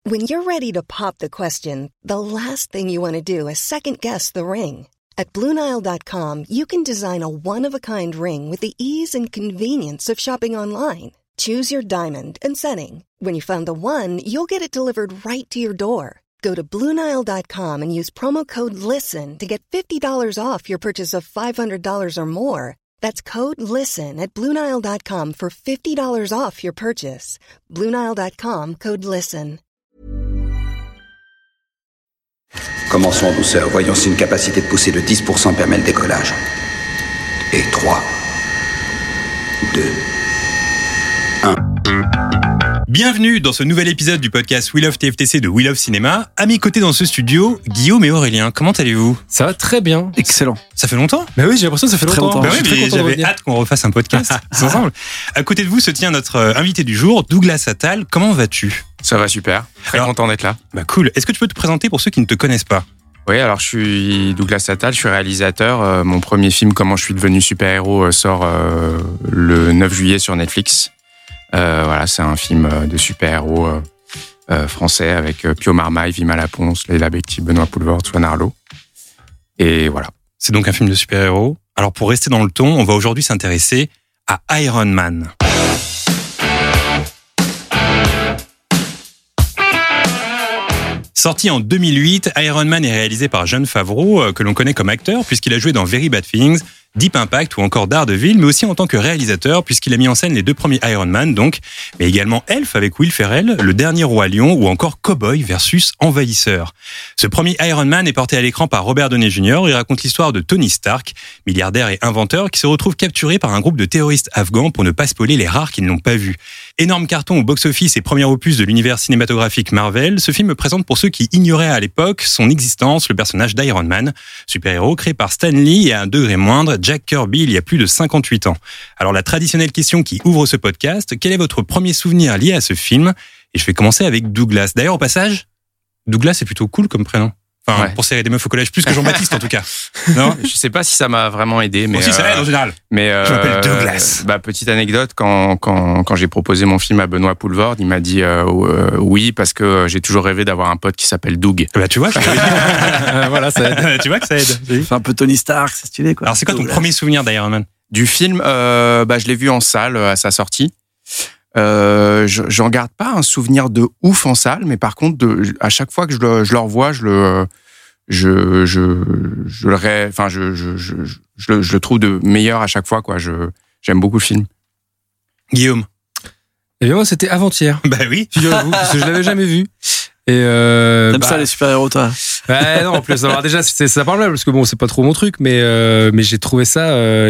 When you're ready to pop the question, the last thing you want to do is second-guess the ring. At BlueNile.com, you can design a one-of-a-kind ring with the ease and convenience of shopping online. Choose your diamond and setting. When you find the one, you'll get it delivered right to your door. Go to BlueNile.com and use promo code LISTEN to get $50 off your purchase of $500 or more. That's code LISTEN at BlueNile.com for $50 off your purchase. BlueNile.com, code LISTEN. Commençons en douceur. Voyons si une capacité de poussée de 10% permet le décollage. Et 3, 2, 1... Bienvenue dans ce nouvel épisode du podcast We Love TFTC de We Love Cinéma. À mes côtés dans ce studio, Guillaume et Aurélien. Comment allez-vous ? Ça va très bien. Excellent. Ça fait longtemps ? Bah oui, j'ai l'impression que ça fait Très longtemps. longtemps. Bah oui, mais j'avais hâte qu'on refasse un podcast tous ensemble. À côté de vous se tient notre invité du jour, Douglas Attal. Comment vas-tu ? Ça va super, très content d'être là. Bah cool. Est-ce que tu peux te présenter pour ceux qui ne te connaissent pas ? Oui, alors je suis Douglas Attal, je suis réalisateur. Mon premier film, Comment je suis devenu super-héros, sort le 9 juillet sur Netflix. Voilà, c'est un film de super-héros français avec Pio Marmaille, Vima Laponce, Leila Bekti, Benoît Poulvord, Swan Arlo. Et voilà. C'est donc un film de super-héros. Alors pour rester dans le ton, on va aujourd'hui s'intéresser à Iron Man. Sorti en 2008, Iron Man est réalisé par Jon Favreau, que l'on connaît comme acteur puisqu'il a joué dans Very Bad Things, Deep Impact ou encore Daredevil, mais aussi en tant que réalisateur puisqu'il a mis en scène les deux premiers Iron Man, donc, mais également Elf avec Will Ferrell, Le Dernier Roi Lion ou encore Cowboy versus Envahisseur. Ce premier Iron Man est porté à l'écran par Robert Downey Jr. Il raconte l'histoire de Tony Stark, milliardaire et inventeur qui se retrouve capturé par un groupe de terroristes afghans pour ne pas spoiler les rares qui ne l'ont pas vu. Énorme carton au box-office et premier opus de l'univers cinématographique Marvel, ce film présente pour ceux qui ignoraient à l'époque son existence le personnage d'Iron Man, super-héros créé par Stan Lee et à un degré moindre Jack Kirby il y a plus de 58 ans. Alors la traditionnelle question qui ouvre ce podcast, quel est votre premier souvenir lié à ce film ? Et je vais commencer avec Douglas. D'ailleurs au passage, Douglas c'est plutôt cool comme prénom. Enfin, ouais. Pour serrer des meufs au collège, plus que Jean-Baptiste en tout cas. Non ? Je sais pas si ça m'a vraiment aidé, mais aussi ça aide en général. Mais je m'appelle Douglas. Petite anecdote, quand j'ai proposé mon film à Benoît Poulvord, il m'a dit oui parce que j'ai toujours rêvé d'avoir un pote qui s'appelle Doug. Bah tu vois, voilà, ça aide. Tu vois que ça aide. C'est un peu Tony Stark, c'est stylé quoi. Alors c'est quoi ton premier souvenir d'Iron Man ? Du film, je l'ai vu en salle à sa sortie. J'en garde pas un souvenir de ouf en salle, mais par contre, à chaque fois que je le revois, je le trouve de meilleur à chaque fois, quoi. J'aime beaucoup le film. Guillaume. Eh bien, moi, c'était avant-hier. Bah oui. Figurez-vous, parce que je l'avais jamais vu. Et t'aimes ça les super-héros, toi ? Ouais, non, en plus, alors déjà, c'est pas mal, parce que bon, c'est pas trop mon truc, mais j'ai trouvé ça,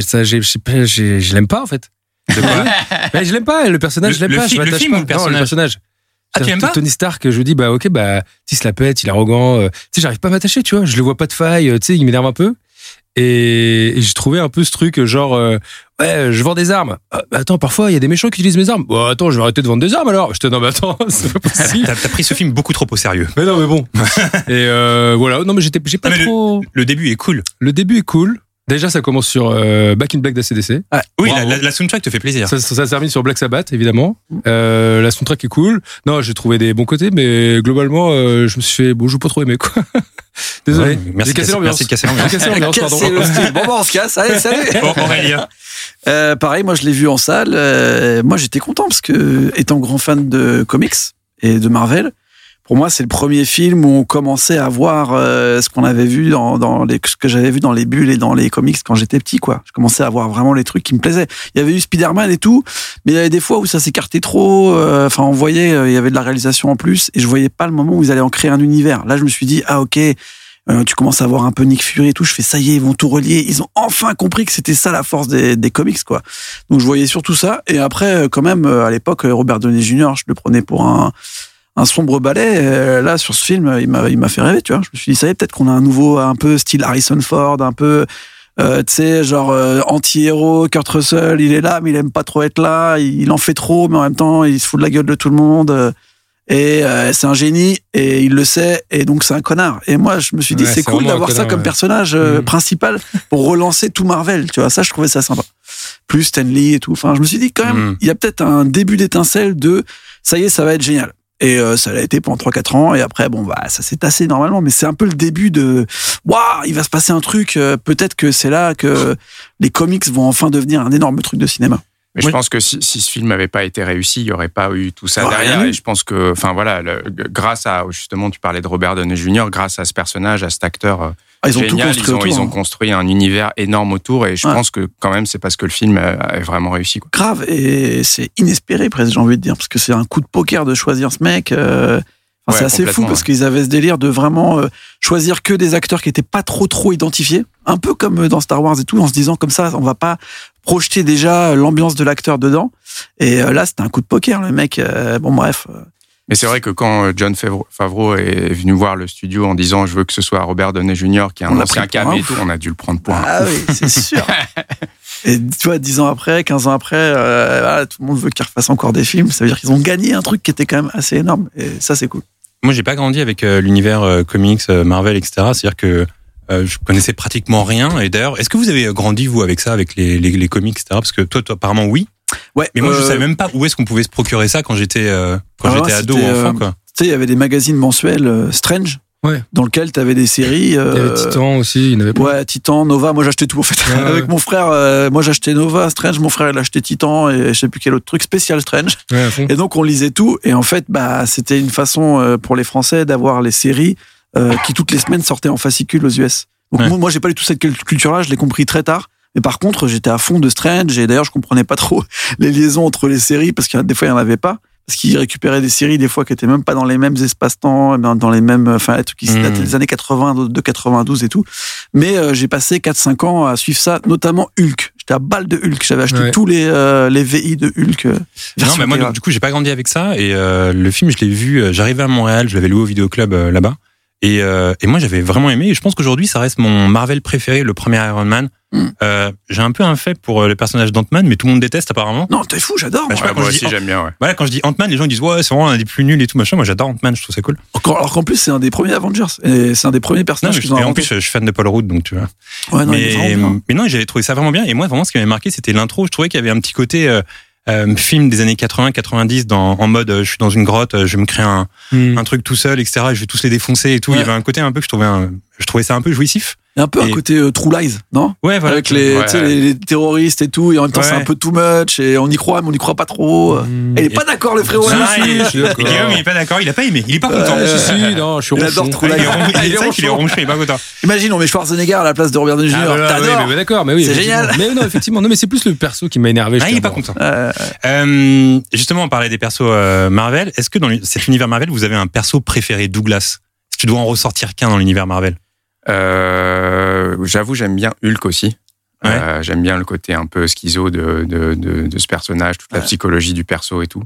je l'aime pas, en fait. De quoi ? Mais je l'aime pas, le personnage, je l'aime pas. Le film ou le personnage ? Non, le personnage. Ah, tu aimes pas ? Tony Stark, je dis, ok, il se la pète, il est arrogant, tu sais, j'arrive pas à m'attacher, tu vois, je le vois pas de faille, tu sais, il m'énerve un peu. Et j'ai trouvé un peu ce truc, genre, ouais, je vends des armes. Attends, parfois, il y a des méchants qui utilisent mes armes. Bon, attends, je vais arrêter de vendre des armes alors. Je te dis, non, mais attends, c'est pas possible. T'as pris ce film beaucoup trop au sérieux. Mais non, mais bon. Et voilà, non, mais j'ai pas trop. Le début est cool. Le début est cool. Déjà, ça commence sur Back in Black d'ACDC. Ah, oui, la soundtrack te fait plaisir. Ça termine sur Black Sabbath, évidemment. La soundtrack est cool. Non, j'ai trouvé des bons côtés, mais globalement, je me suis fait, je n'ai pas trop aimé, quoi. Désolé. Ouais, merci j'ai cassé l'ambiance. Merci de casser l'ambiance. Casser le style. Bon, on se casse. Allez, salut. Aurélien. Pareil, moi, je l'ai vu en salle. Moi, j'étais content parce que, étant grand fan de comics et de Marvel, pour moi, c'est le premier film où on commençait à voir ce qu'on avait vu ce que j'avais vu dans les bulles et dans les comics quand j'étais petit, quoi. Je commençais à voir vraiment les trucs qui me plaisaient. Il y avait eu Spider-Man et tout, mais il y avait des fois où ça s'écartait trop. Enfin, on voyait, il y avait de la réalisation en plus, et je voyais pas le moment où ils allaient en créer un univers. Là, je me suis dit, ah ok, tu commences à voir un peu Nick Fury et tout. Je fais, ça y est, ils vont tout relier. Ils ont enfin compris que c'était ça la force des comics, quoi. Donc, je voyais surtout ça. Et après, quand même, à l'époque, Robert Downey Jr., je le prenais pour un sombre balai. Là, sur ce film, il m'a fait rêver, tu vois. Je me suis dit, ça y est, peut-être qu'on a un nouveau, un peu style Harrison Ford, un peu, tu sais, genre anti-héros. Kurt Russell, il est là, mais il aime pas trop être là. Il en fait trop, mais en même temps, il se fout de la gueule de tout le monde. Et c'est un génie, et il le sait, et donc c'est un connard. Et moi, je me suis dit, c'est cool d'avoir ça comme personnage principal pour relancer tout Marvel, tu vois. Ça, je trouvais ça sympa. Plus Stan Lee et tout. Enfin, je me suis dit, quand même, il y a peut-être un début d'étincelle de, ça y est, ça va être génial. Et ça l'a été pendant 3-4 ans. Et après, ça s'est tassé normalement. Mais c'est un peu le début de waouh, il va se passer un truc. Peut-être que c'est là que les comics vont enfin devenir un énorme truc de cinéma. Mais je pense que si ce film n'avait pas été réussi, il n'y aurait pas eu tout ça derrière. Et je pense que, grâce à, justement, tu parlais de Robert Downey Jr., grâce à ce personnage, à cet acteur génial, ils ont construit un univers énorme autour. Et je pense que, quand même, c'est parce que le film est vraiment réussi, quoi. Grave. Et c'est inespéré, presque, j'ai envie de dire. Parce que c'est un coup de poker de choisir ce mec. C'est assez fou parce qu'ils avaient ce délire de vraiment choisir que des acteurs qui étaient pas trop identifiés, un peu comme dans Star Wars et tout, en se disant comme ça, on va pas projeter déjà l'ambiance de l'acteur dedans. Et là, c'était un coup de poker, le mec. Bref. Mais c'est vrai que quand Jon Favreau est venu voir le studio en disant je veux que ce soit Robert Downey Jr. qui est un ancien cam et tout, on a dû le prendre pour un ouf. Oui, c'est sûr. Et tu vois, 10 ans après, 15 ans après, tout le monde veut qu'ils refassent encore des films. Ça veut dire qu'ils ont gagné un truc qui était quand même assez énorme. Et ça, c'est cool. Moi, j'ai pas grandi avec l'univers comics, Marvel, etc. C'est-à-dire que je connaissais pratiquement rien. Et d'ailleurs, est-ce que vous avez grandi, vous, avec ça, avec les comics, etc. Parce que toi, apparemment, oui. Ouais. Mais moi, je savais même pas où est-ce qu'on pouvait se procurer ça quand j'étais ado ou enfant, quoi. Tu sais, il y avait des magazines mensuels Strange. Ouais. Dans lequel tu avais des séries. Il y avait Titan aussi, il y en avait pas. Ouais, Titan, Nova, moi j'achetais tout en fait. Ouais. Avec mon frère, moi j'achetais Nova, Strange, mon frère il achetait Titan et je sais plus quel autre truc, Spécial Strange. Ouais, et donc on lisait tout et en fait, c'était une façon pour les Français d'avoir les séries qui toutes les semaines sortaient en fascicule aux US. Donc moi j'ai pas du tout cette culture-là, je l'ai compris très tard. Mais par contre, j'étais à fond de Strange et d'ailleurs je comprenais pas trop les liaisons entre les séries parce que des fois il y en avait pas. Parce qu'ils récupéraient des séries des fois qui étaient même pas dans les mêmes espaces-temps, dans les mêmes, les trucs qui dataient des années 80, de 92 et tout. Mais j'ai passé 4-5 ans à suivre ça, notamment Hulk. J'étais à balle de Hulk. J'avais acheté tous les VI de Hulk. Non, mais moi, du coup, j'ai pas grandi avec ça. Et le film, je l'ai vu. J'arrivais à Montréal, je l'avais loué au vidéoclub là-bas. Et moi, j'avais vraiment aimé. Et je pense qu'aujourd'hui, ça reste mon Marvel préféré, le premier Iron Man. J'ai un peu un fait pour le personnage d'Ant-Man, mais tout le monde déteste apparemment. Non, t'es fou, j'adore. Moi aussi, j'aime bien. Ouais. Voilà, quand je dis Ant-Man, les gens disent ouais, c'est vraiment un des plus nuls et tout machin. Moi, j'adore Ant-Man, je trouve ça cool. Alors qu'en plus, c'est un des premiers Avengers. Et c'est un des premiers personnages qu'ils ont inventé. En plus, je suis fan de Paul Rudd, donc tu vois. Ouais, non, mais non, j'avais trouvé ça vraiment bien. Et moi, vraiment, ce qui m'avait marqué, c'était l'intro. Je trouvais qu'il y avait un petit côté film des années 80-90 en mode je suis dans une grotte, je vais me créer un truc tout seul, etc. Et je vais tous les défoncer et tout. Ouais. Il y avait un côté un peu que je trouvais ça un peu jouissif. Il y a un peu un côté True Lies, non? Ouais, voilà. Avec les terroristes et tout, et en même temps c'est un peu too much, et on y croit, mais on y croit pas trop. Il est pas d'accord, le frérot. Guillaume, il est pas d'accord, il a pas aimé, il est pas content. Non, je suis ronchon. Il adore True Lies. Il est ronchon, il est pas content. Imagine, on met Schwarzenegger à la place de Robert Downey Jr. T'adores. Mais d'accord, mais oui. C'est génial. Mais non, effectivement. Non, mais c'est plus le perso qui m'a énervé. Il est pas content. Justement, on parlait des persos Marvel. Est-ce que dans cet univers Marvel, vous avez un perso préféré, Douglas? Si tu dois en ressortir qu'un dans l'univers Marvel. J'avoue, j'aime bien Hulk aussi. Ouais. J'aime bien le côté un peu schizo de ce personnage, toute la psychologie du perso et tout.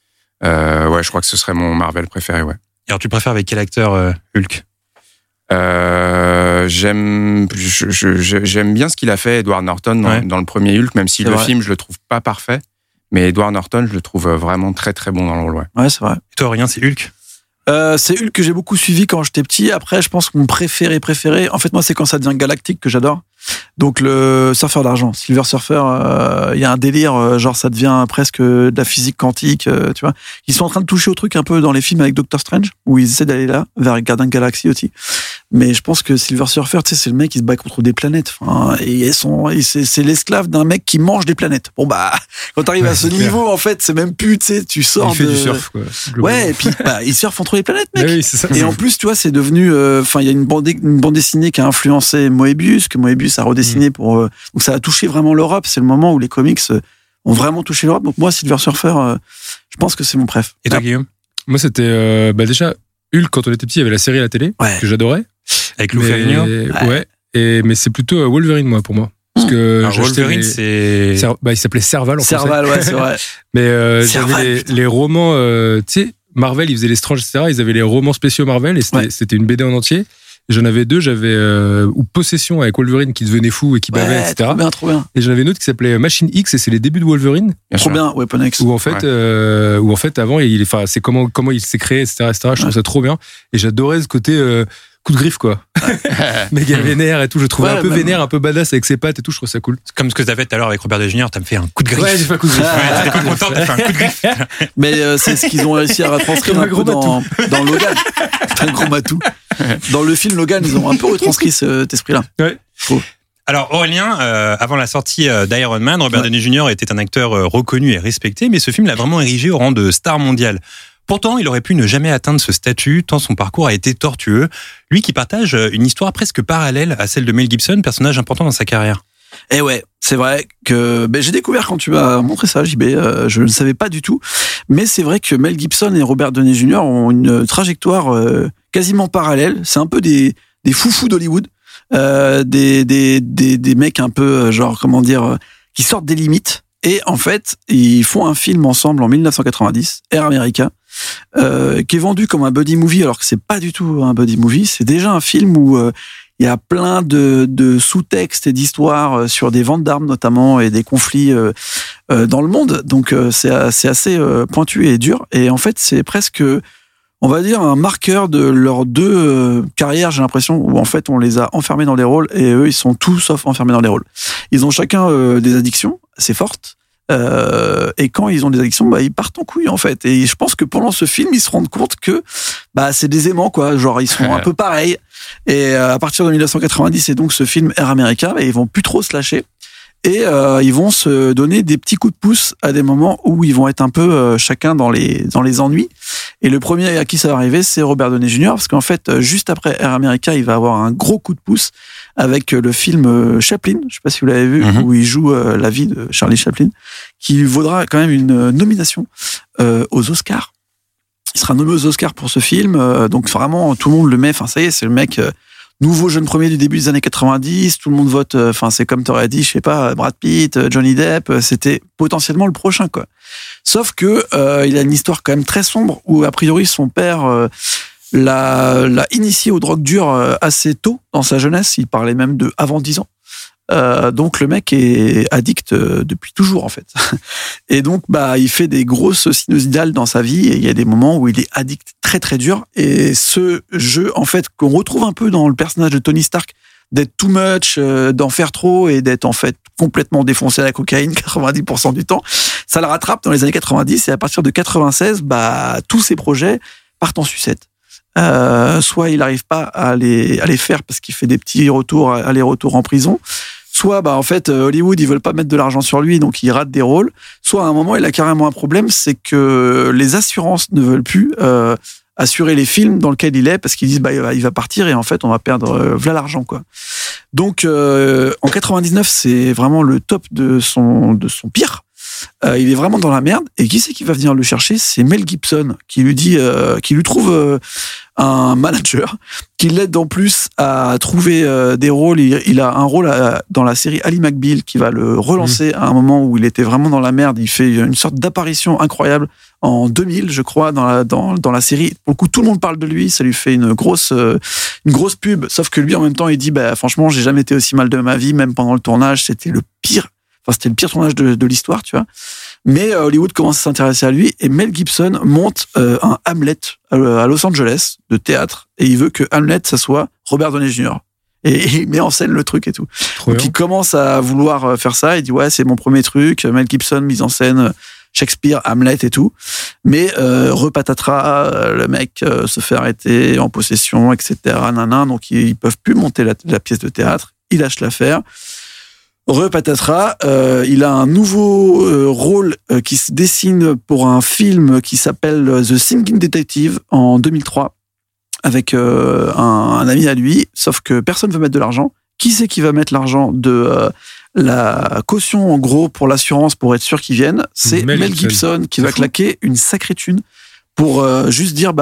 Je crois que ce serait mon Marvel préféré, ouais. Et alors, tu préfères avec quel acteur Hulk? J'aime bien ce qu'il a fait, Edward Norton, dans le premier Hulk, même si film, je le trouve pas parfait. Mais Edward Norton, je le trouve vraiment très très bon dans le rôle, ouais. Ouais, c'est vrai. Et toi, Aurélien, c'est Hulk? C'est Hulk que j'ai beaucoup suivi quand j'étais petit. Après, je pense que mon préféré, en fait, moi, c'est quand ça devient galactique que j'adore. Donc, le surfeur d'argent, Silver Surfer, il y a un délire, genre, ça devient presque de la physique quantique, tu vois. Ils sont en train de toucher au truc un peu dans les films avec Doctor Strange, où ils essaient d'aller là, vers Garden Galaxy aussi. Mais je pense que Silver Surfer, tu sais, c'est le mec qui se bat contre des planètes. Enfin, et c'est l'esclave d'un mec qui mange des planètes. Bon, quand t'arrives à ce niveau, en fait, c'est même plus, tu sais, tu sors il fait du surf, quoi. Ouais, et puis, il surfe entre les planètes, mec. Oui, c'est ça. Et en plus, tu vois, c'est devenu, il y a une bande dessinée qui a influencé Moebius, que Moebius a redessiné donc ça a touché vraiment l'Europe. C'est le moment où les comics ont vraiment touché l'Europe. Donc moi, Silver Surfer, je pense que c'est mon préf. Et toi, Guillaume? Moi, c'était, déjà, Hulk, quand on était petit, il y avait la série à la télé, que j'adorais. Avec Lou Ferrigno. Ouais. Mais c'est plutôt Wolverine, moi, pour moi. Parce que Wolverine, il s'appelait Serval en français. Serval, ouais, c'est vrai. Mais j'avais les romans, tu sais, Marvel, ils faisaient les Strange, etc. Ils avaient les romans spéciaux Marvel et c'était une BD en entier. J'en avais deux, j'avais ou Possession avec Wolverine qui devenait fou et qui bavait, etc. Trop bien. Et j'en avais une autre qui s'appelait Machine X et c'est les débuts de Wolverine. Trop bien, Weapon X. Où en fait, avant, c'est comment il s'est créé, etc. Je trouve ça trop bien. Et j'adorais ce côté coup de griffe, quoi. méga vénère et tout. Je trouvais Ouais, un peu même- vénère, un peu badass avec ses pattes et tout. Je trouve ça cool. Comme ce que t'as fait tout à l'heure avec Robert De Jr., t'as me fait un coup de griffe. Ouais, j'ai fait un coup de griffe. Ouais, t'étais pas content, t'as fait un coup de griffe. Mais c'est ce qu'ils ont réussi à retranscrire Comme un un peu gros dans Logan. C'est un gros matou. Dans le film Logan, ils ont un peu retranscrit cet esprit-là. Alors Aurélien, avant la sortie d'Iron Man, Robert Downey Jr. était un acteur reconnu et respecté, mais ce film l'a vraiment érigé au rang de star mondiale. Pourtant, il aurait pu ne jamais atteindre ce statut, tant son parcours a été tortueux. Lui qui partage une histoire presque parallèle à celle de Mel Gibson, personnage important dans sa carrière. Et ouais, c'est vrai que j'ai découvert quand tu m'as montré ça, JB, je ne savais pas du tout. Mais c'est vrai que Mel Gibson et Robert Downey Jr. ont une trajectoire quasiment parallèle. C'est un peu des foufous d'Hollywood, des mecs un peu genre comment dire, qui sortent des limites. Et en fait, ils font un film ensemble en 1990, Air America, qui est vendu comme un buddy movie, alors que c'est pas du tout un buddy movie. C'est déjà un film où il y a plein de sous-textes et d'histoires sur des ventes d'armes notamment et des conflits dans le monde. Donc c'est assez pointu et dur. Et en fait, c'est presque, on va dire, un marqueur de leurs deux carrières, j'ai l'impression, où en fait on les a enfermés dans des rôles et eux ils sont tout sauf enfermés dans les rôles. Ils ont chacun des addictions assez fortes. Et quand ils ont des addictions, ils partent en couille en fait. Et je pense que pendant ce film, ils se rendent compte que c'est des aimants quoi. Genre ils sont un peu pareils. Et à partir de 1990, et donc ce film Air America, ils vont plus trop se lâcher. Et ils vont se donner des petits coups de pouce à des moments où ils vont être un peu chacun dans les ennuis. Et le premier à qui ça va arriver, c'est Robert Downey Jr. Parce qu'en fait, juste après Air America, il va avoir un gros coup de pouce avec le film Chaplin. Je sais pas si vous l'avez vu, où il joue la vie de Charlie Chaplin, qui vaudra quand même une nomination aux Oscars. Il sera nommé aux Oscars pour ce film. Donc vraiment, tout le monde le met. Enfin, ça y est, c'est le mec nouveau jeune premier du début des années 90. Tout le monde vote. Enfin, c'est comme t'aurais dit, je sais pas, Brad Pitt, Johnny Depp. C'était potentiellement le prochain, quoi. Sauf que il a une histoire quand même très sombre où a priori son père l'a initié aux drogues dures assez tôt dans sa jeunesse. Il parlait même de avant 10 ans. Donc le mec est addict depuis toujours en fait. Et donc il fait des grosses sinusoïdales dans sa vie et il y a des moments où il est addict très très dur. Et ce jeu en fait qu'on retrouve un peu dans le personnage de Tony Stark, d'être too much, d'en faire trop et d'être en fait complètement défoncé à la cocaïne 90% du temps, ça le rattrape dans les années 90 et à partir de 96, tous ses projets partent en sucette. Soit il n'arrive pas à les faire parce qu'il fait des petits allers-retours en prison, soit en fait Hollywood ils veulent pas mettre de l'argent sur lui donc il rate des rôles, soit à un moment il a carrément un problème, c'est que les assurances ne veulent plus assurer les films dans lesquels il est parce qu'ils disent il va partir et en fait on va perdre voilà l'argent quoi. Donc en 99 c'est vraiment le top de son pire. Il est vraiment dans la merde et qui c'est qui va venir le chercher? C'est Mel Gibson qui lui dit qui lui trouve un manager qui l'aide en plus à trouver des rôles. Il a un rôle dans la série Ali McBeal qui va le relancer à un moment où il était vraiment dans la merde. Il fait une sorte d'apparition incroyable en 2000, je crois, dans la série. Pour le coup, tout le monde parle de lui. Ça lui fait une grosse pub. Sauf que lui, en même temps, il dit franchement, j'ai jamais été aussi mal de ma vie. Même pendant le tournage, c'était le pire. Enfin, c'était le pire tournage de l'histoire, tu vois. Mais Hollywood commence à s'intéresser à lui et Mel Gibson monte un Hamlet à Los Angeles de théâtre et il veut que Hamlet, ça soit Robert Downey Jr. Et il met en scène le truc et tout. Donc il commence à vouloir faire ça. Il dit c'est mon premier truc. Mel Gibson, mise en scène, Shakespeare, Hamlet et tout. Mais repatatras, le mec se fait arrêter en possession, etc. Donc ils peuvent plus monter la pièce de théâtre. Il lâche l'affaire. Repatatras, il a un nouveau rôle qui se dessine pour un film qui s'appelle The Singing Detective en 2003 avec un ami à lui, sauf que personne veut mettre de l'argent. Qui c'est qui va mettre l'argent de la caution en gros pour l'assurance pour être sûr qu'ils viennent? C'est Mel Gibson qui va claquer une sacrée thune pour juste dire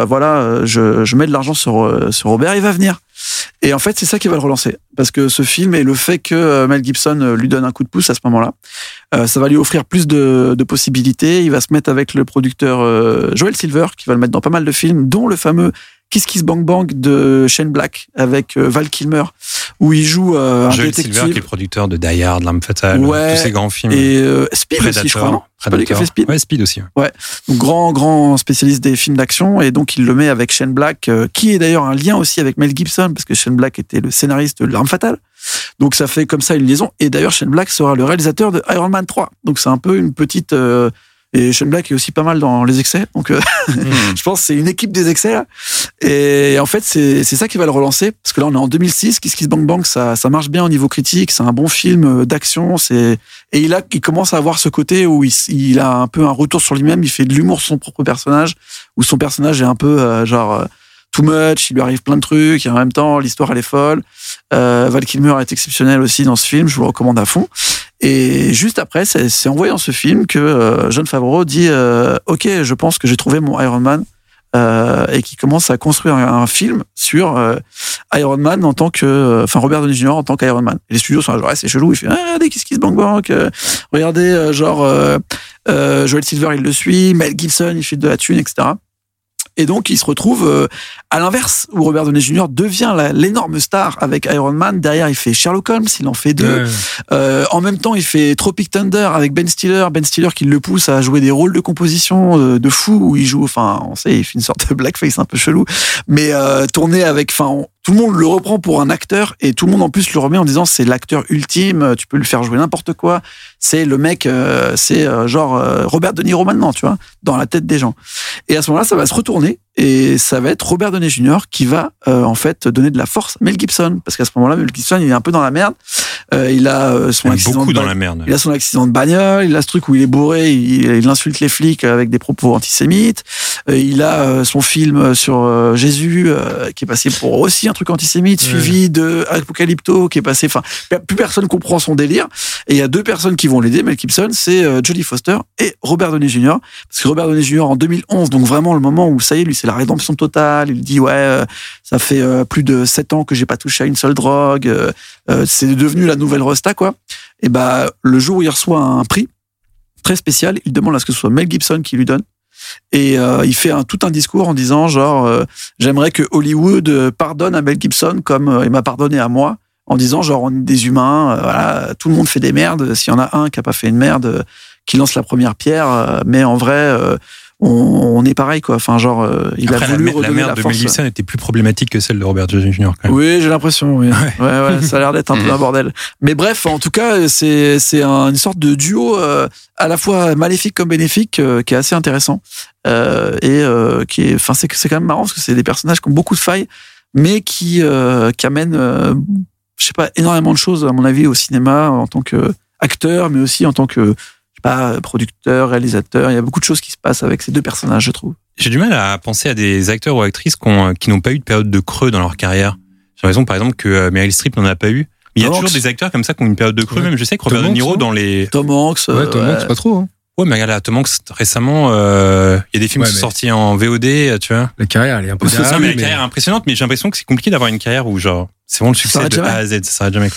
je mets de l'argent sur Robert, il va venir. Et en fait, c'est ça qui va le relancer. Parce que ce film et le fait que Mel Gibson lui donne un coup de pouce à ce moment-là, ça va lui offrir plus de possibilités. Il va se mettre avec le producteur Joel Silver, qui va le mettre dans pas mal de films, dont le fameux Kiss Kiss Bang Bang de Shane Black avec Val Kilmer, où il joue un Joel détective. Silver, qui est le producteur de Die Hard, L'Arme Fatale, Ouais, tous ces grands films. Et Speed Predator, aussi, je crois, non? C'est pas lui qui a fait Speed? Ouais, Speed aussi. Ouais. Donc grand spécialiste des films d'action, et donc il le met avec Shane Black, qui est d'ailleurs un lien aussi avec Mel Gibson, parce que Shane Black était le scénariste de L'Arme Fatale. Donc ça fait comme ça une liaison. Et d'ailleurs Shane Black sera le réalisateur de Iron Man 3. Donc c'est un peu une petite... et Shane Black est aussi pas mal dans les excès. Donc je pense que c'est une équipe des excès là. Et en fait c'est ça qui va le relancer, parce que là on est en 2006, Kiss Kiss Bang Bang, ça marche bien au niveau critique, c'est un bon film d'action, et il commence à avoir ce côté où il a un peu un retour sur lui-même, il fait de l'humour sur son propre personnage, où son personnage est un peu too much, il lui arrive plein de trucs, et en même temps l'histoire elle est folle. Val Kilmer est exceptionnel aussi dans ce film, je vous le recommande à fond. Et juste après, c'est en voyant ce film que Jon Favreau dit ok, je pense que j'ai trouvé mon Iron Man, et qui commence à construire un film sur Iron Man en tant que, Robert Downey Jr. en tant qu'Iron Man. Et les studios sont genre, c'est chelou, il fait regardez Kiss Kiss Bang Bang, regardez Joel Silver il le suit, Mel Gibson il fait de la thune, etc. Et donc, il se retrouve à l'inverse, où Robert Downey Jr. devient l'énorme star avec Iron Man. Derrière, il fait Sherlock Holmes, il en fait 2. En même temps, il fait Tropic Thunder avec Ben Stiller. Ben Stiller qui le pousse à jouer des rôles de composition de fou, où il joue, on sait, il fait une sorte de blackface un peu chelou, mais tourné avec, tout le monde le reprend pour un acteur, et tout le monde en plus le remet en disant c'est l'acteur ultime, tu peux le faire jouer n'importe quoi, c'est le mec, Robert De Niro maintenant, tu vois, dans la tête des gens. Et à ce moment-là, ça va se retourner, et ça va être Robert Downey Jr. qui va en fait donner de la force à Mel Gibson, parce qu'à ce moment-là, Mel Gibson il est un peu dans la merde. Il a son accident beaucoup dans la merde. Il a son accident de bagnole, il a ce truc où il est bourré, il insulte les flics avec des propos antisémites. Il a son film sur Jésus qui est passé pour aussi un truc antisémite, suivi de Apocalypto qui est passé. Plus personne comprend son délire. Et il y a 2 personnes qui vont l'aider. Mel Gibson, c'est Jodie Foster et Robert Downey Jr. Parce que Robert Downey Jr. en 2011, donc vraiment le moment où ça y est, lui c'est la rédemption totale. Il dit ça fait plus de 7 ans que j'ai pas touché à une seule drogue. C'est devenu la nouvelle Rosta, quoi. Et le jour où il reçoit un prix très spécial, il demande à ce que ce soit Mel Gibson qui lui donne. Et il fait tout un discours en disant j'aimerais que Hollywood pardonne à Mel Gibson comme il m'a pardonné à moi, en disant on est des humains, tout le monde fait des merdes, s'il y en a un qui a pas fait une merde, qui lance la première pierre, mais en vrai on est pareil, quoi. Il Après, a voulu la merde de Mel Gibson était plus problématique que celle de Robert Downey Jr. quand même. Oui, j'ai l'impression. Oui. Ouais, ça a l'air d'être un peu un bordel. Mais bref, en tout cas, c'est une sorte de duo à la fois maléfique comme bénéfique, qui est assez intéressant, et qui est, c'est quand même marrant parce que c'est des personnages qui ont beaucoup de failles, mais qui amènent, énormément de choses à mon avis au cinéma en tant que acteur, mais aussi en tant que producteur, réalisateur. Il y a beaucoup de choses qui se passent avec ces 2 personnages, je trouve. J'ai du mal à penser à des acteurs ou actrices qui n'ont pas eu de période de creux dans leur carrière. J'ai l'impression, par exemple, que Meryl Streep n'en a pas eu. Mais il y a toujours des acteurs comme ça qui ont une période de creux. Ouais. Même je sais que Robert De Niro dans les... Tom Hanks. Tom Hanks, pas trop. Hein. Ouais, mais regarde là, Tom Hanks, récemment, il y a des films qui sont sortis en VOD, tu vois. La carrière, elle est un peu la carrière est impressionnante, mais j'ai l'impression que c'est compliqué d'avoir une carrière où c'est vraiment le succès de A à Z. Ça s'arrête jamais, quoi.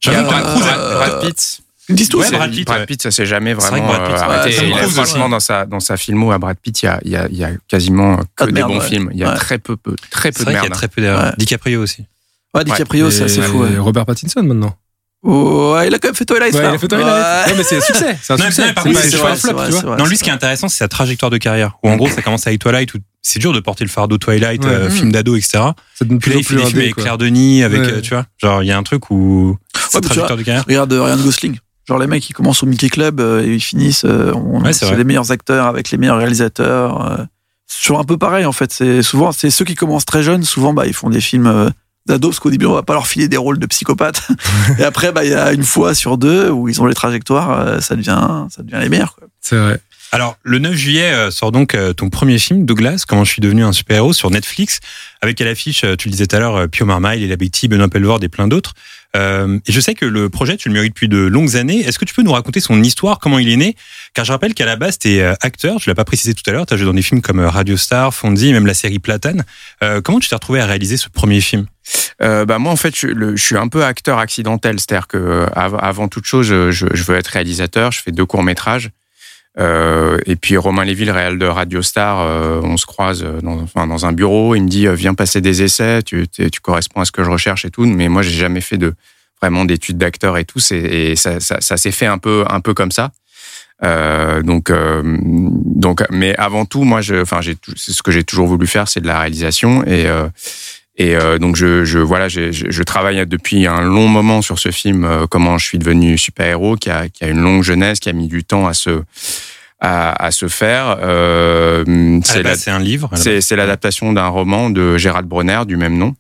Brad Pitt. Brad Pitt, ça s'est jamais vraiment arrêté. Franchement, dans sa filmo à Brad Pitt, il y a quasiment que des bons films. Il y a très peu de merde. Il y a très peu d'erreurs. DiCaprio aussi. Ouais, DiCaprio, c'est assez fou. Robert Pattinson maintenant. Ouais, il a quand même fait Twilight. Ouais, il a fait Twilight. Ouais, mais c'est un succès. C'est un succès. Non, lui, ce qui est intéressant, c'est sa trajectoire de carrière. Où en gros, ça commence avec Twilight, où c'est dur de porter le fardeau Twilight, film d'ado, etc. Puis là, il fait des films avec Claire Denis, avec, tu vois, il y a un truc où sa trajectoire de carrière. Regarde Ryan Gosling. Les mecs, ils commencent au Mickey Club et ils finissent. C'est les meilleurs acteurs avec les meilleurs réalisateurs. C'est toujours un peu pareil, en fait. C'est ceux qui commencent très jeunes. Souvent, ils font des films d'ados, parce qu'au début, on va pas leur filer des rôles de psychopathes. Et après, il y a une fois sur 2 où ils ont les trajectoires, ça devient les meilleurs, quoi. C'est vrai. Alors, le 9 juillet sort donc ton premier film, Douglas, Comment je suis devenu un super-héros, sur Netflix, avec à l'affiche, tu le disais tout à l'heure, Pio Marmaille, Léla Becti, Benoît Poelvoorde et plein d'autres. Et je sais que le projet, tu le mûris depuis de longues années. Est-ce que tu peux nous raconter son histoire, comment il est né? Car je rappelle qu'à la base, tu es acteur, tu l'as pas précisé tout à l'heure, tu as joué dans des films comme Radio Star, Fonzie, même la série Platane. Comment tu t'es retrouvé à réaliser ce premier film? Moi, en fait, je suis un peu acteur accidentel. C'est-à-dire que avant toute chose, je veux être réalisateur, je fais 2 courts-métrages. Et puis Romain Lévy, le réal de Radio Star, on se croise dans un bureau. Il me dit viens passer des essais, tu corresponds à ce que je recherche et tout. Mais moi, j'ai jamais fait vraiment d'études d'acteur et tout. Et ça s'est fait un peu comme ça. Donc, mais avant tout, moi, c'est ce que j'ai toujours voulu faire, c'est de la réalisation. Donc je travaille depuis un long moment sur ce film, comment je suis devenu super-héros, qui a une longue jeunesse, qui a mis du temps à se faire. C'est un livre. C'est l'adaptation d'un roman de Gérald Bronner du même nom.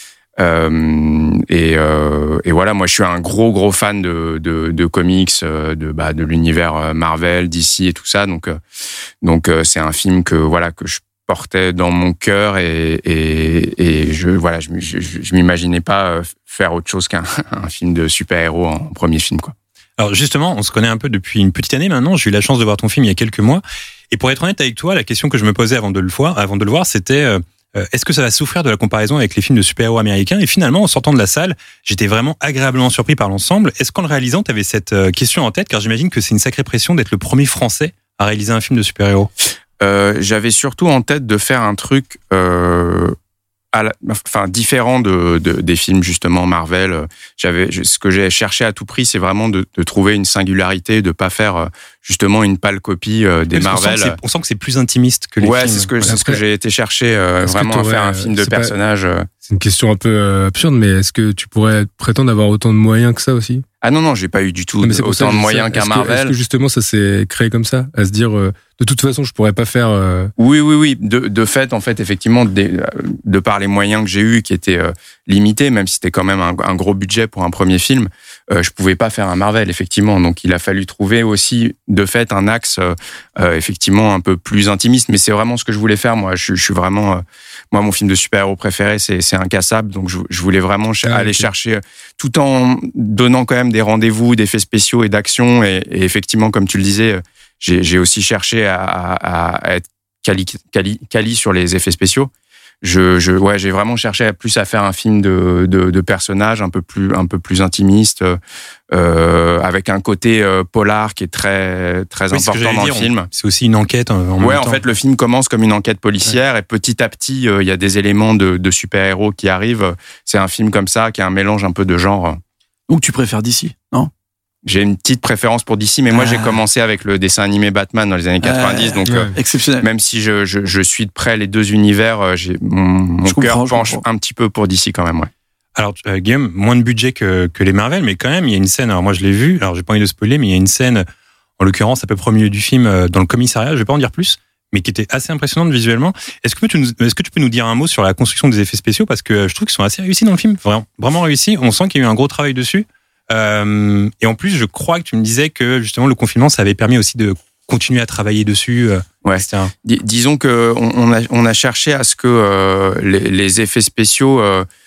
Et voilà, moi je suis un gros fan de comics, de l'univers Marvel, DC et tout ça. Donc c'est un film que je portais dans mon cœur et je m'imaginais pas faire autre chose qu'un film de super-héros en premier film, quoi. Alors justement, on se connaît un peu depuis une petite année maintenant. J'ai eu la chance de voir ton film il y a quelques mois. Et pour être honnête avec toi, la question que je me posais avant de le voir, c'était est-ce que ça va souffrir de la comparaison avec les films de super-héros américains ? Et finalement, en sortant de la salle, j'étais vraiment agréablement surpris par l'ensemble. Est-ce qu'en le réalisant, tu avais cette question en tête ? Car j'imagine que c'est une sacrée pression d'être le premier Français à réaliser un film de super-héros. J'avais surtout en tête de faire un truc différent des films justement Marvel. Ce que j'ai cherché à tout prix, c'est vraiment de trouver une singularité, de pas faire justement une pâle copie des Marvel. On sent que c'est plus intimiste que les films. C'est ce que j'ai été chercher, vraiment à faire un film de personnage. C'est une question un peu absurde, mais est-ce que tu pourrais prétendre avoir autant de moyens que ça aussi ? Ah non, j'ai pas eu du tout autant de moyens qu'un Marvel. Est-ce que justement ça s'est créé comme ça, à se dire de toute façon je pourrais pas faire. Oui. De fait, effectivement, de par les moyens que j'ai eus, qui étaient limités, même si c'était quand même un gros budget pour un premier film, je pouvais pas faire un Marvel, effectivement. Donc il a fallu trouver aussi de fait un axe effectivement un peu plus intimiste. Mais c'est vraiment ce que je voulais faire. Moi, je suis vraiment moi, mon film de super-héros préféré, c'est Incassable. Donc je voulais vraiment aller chercher, tout en donnant quand même des rendez-vous d'effets spéciaux et d'action. Et effectivement, comme tu le disais, j'ai aussi cherché à être quali sur les effets spéciaux. J'ai vraiment cherché plus à faire un film de personnages un peu plus intimiste, avec un côté polar qui est très très important dans le film. C'est aussi une enquête en même temps. En fait, le film commence comme une enquête policière et petit à petit, il y a des éléments de super-héros qui arrivent. C'est un film comme ça qui a un mélange un peu de genre. Donc tu préfères DC, non ? J'ai une petite préférence pour DC, mais moi j'ai commencé avec le dessin animé Batman dans les années 90, donc exceptionnel. Même si je suis de près les deux univers, mon cœur penche un petit peu pour DC quand même, ouais. Alors Guillaume, moins de budget que les Marvel, mais quand même il y a une scène. Alors moi je l'ai vu. Alors j'ai pas envie de spoiler, mais il y a une scène, en l'occurrence à peu près au milieu du film, dans le commissariat. Je vais pas en dire plus, mais qui était assez impressionnante visuellement. Est-ce que tu peux nous dire un mot sur la construction des effets spéciaux, parce que je trouve qu'ils sont assez réussis dans le film, vraiment réussis. On sent qu'il y a eu un gros travail dessus. Et en plus, je crois que tu me disais que justement le confinement, ça avait permis aussi de continuer à travailler dessus. Ouais. Disons que on a cherché à ce que les effets spéciaux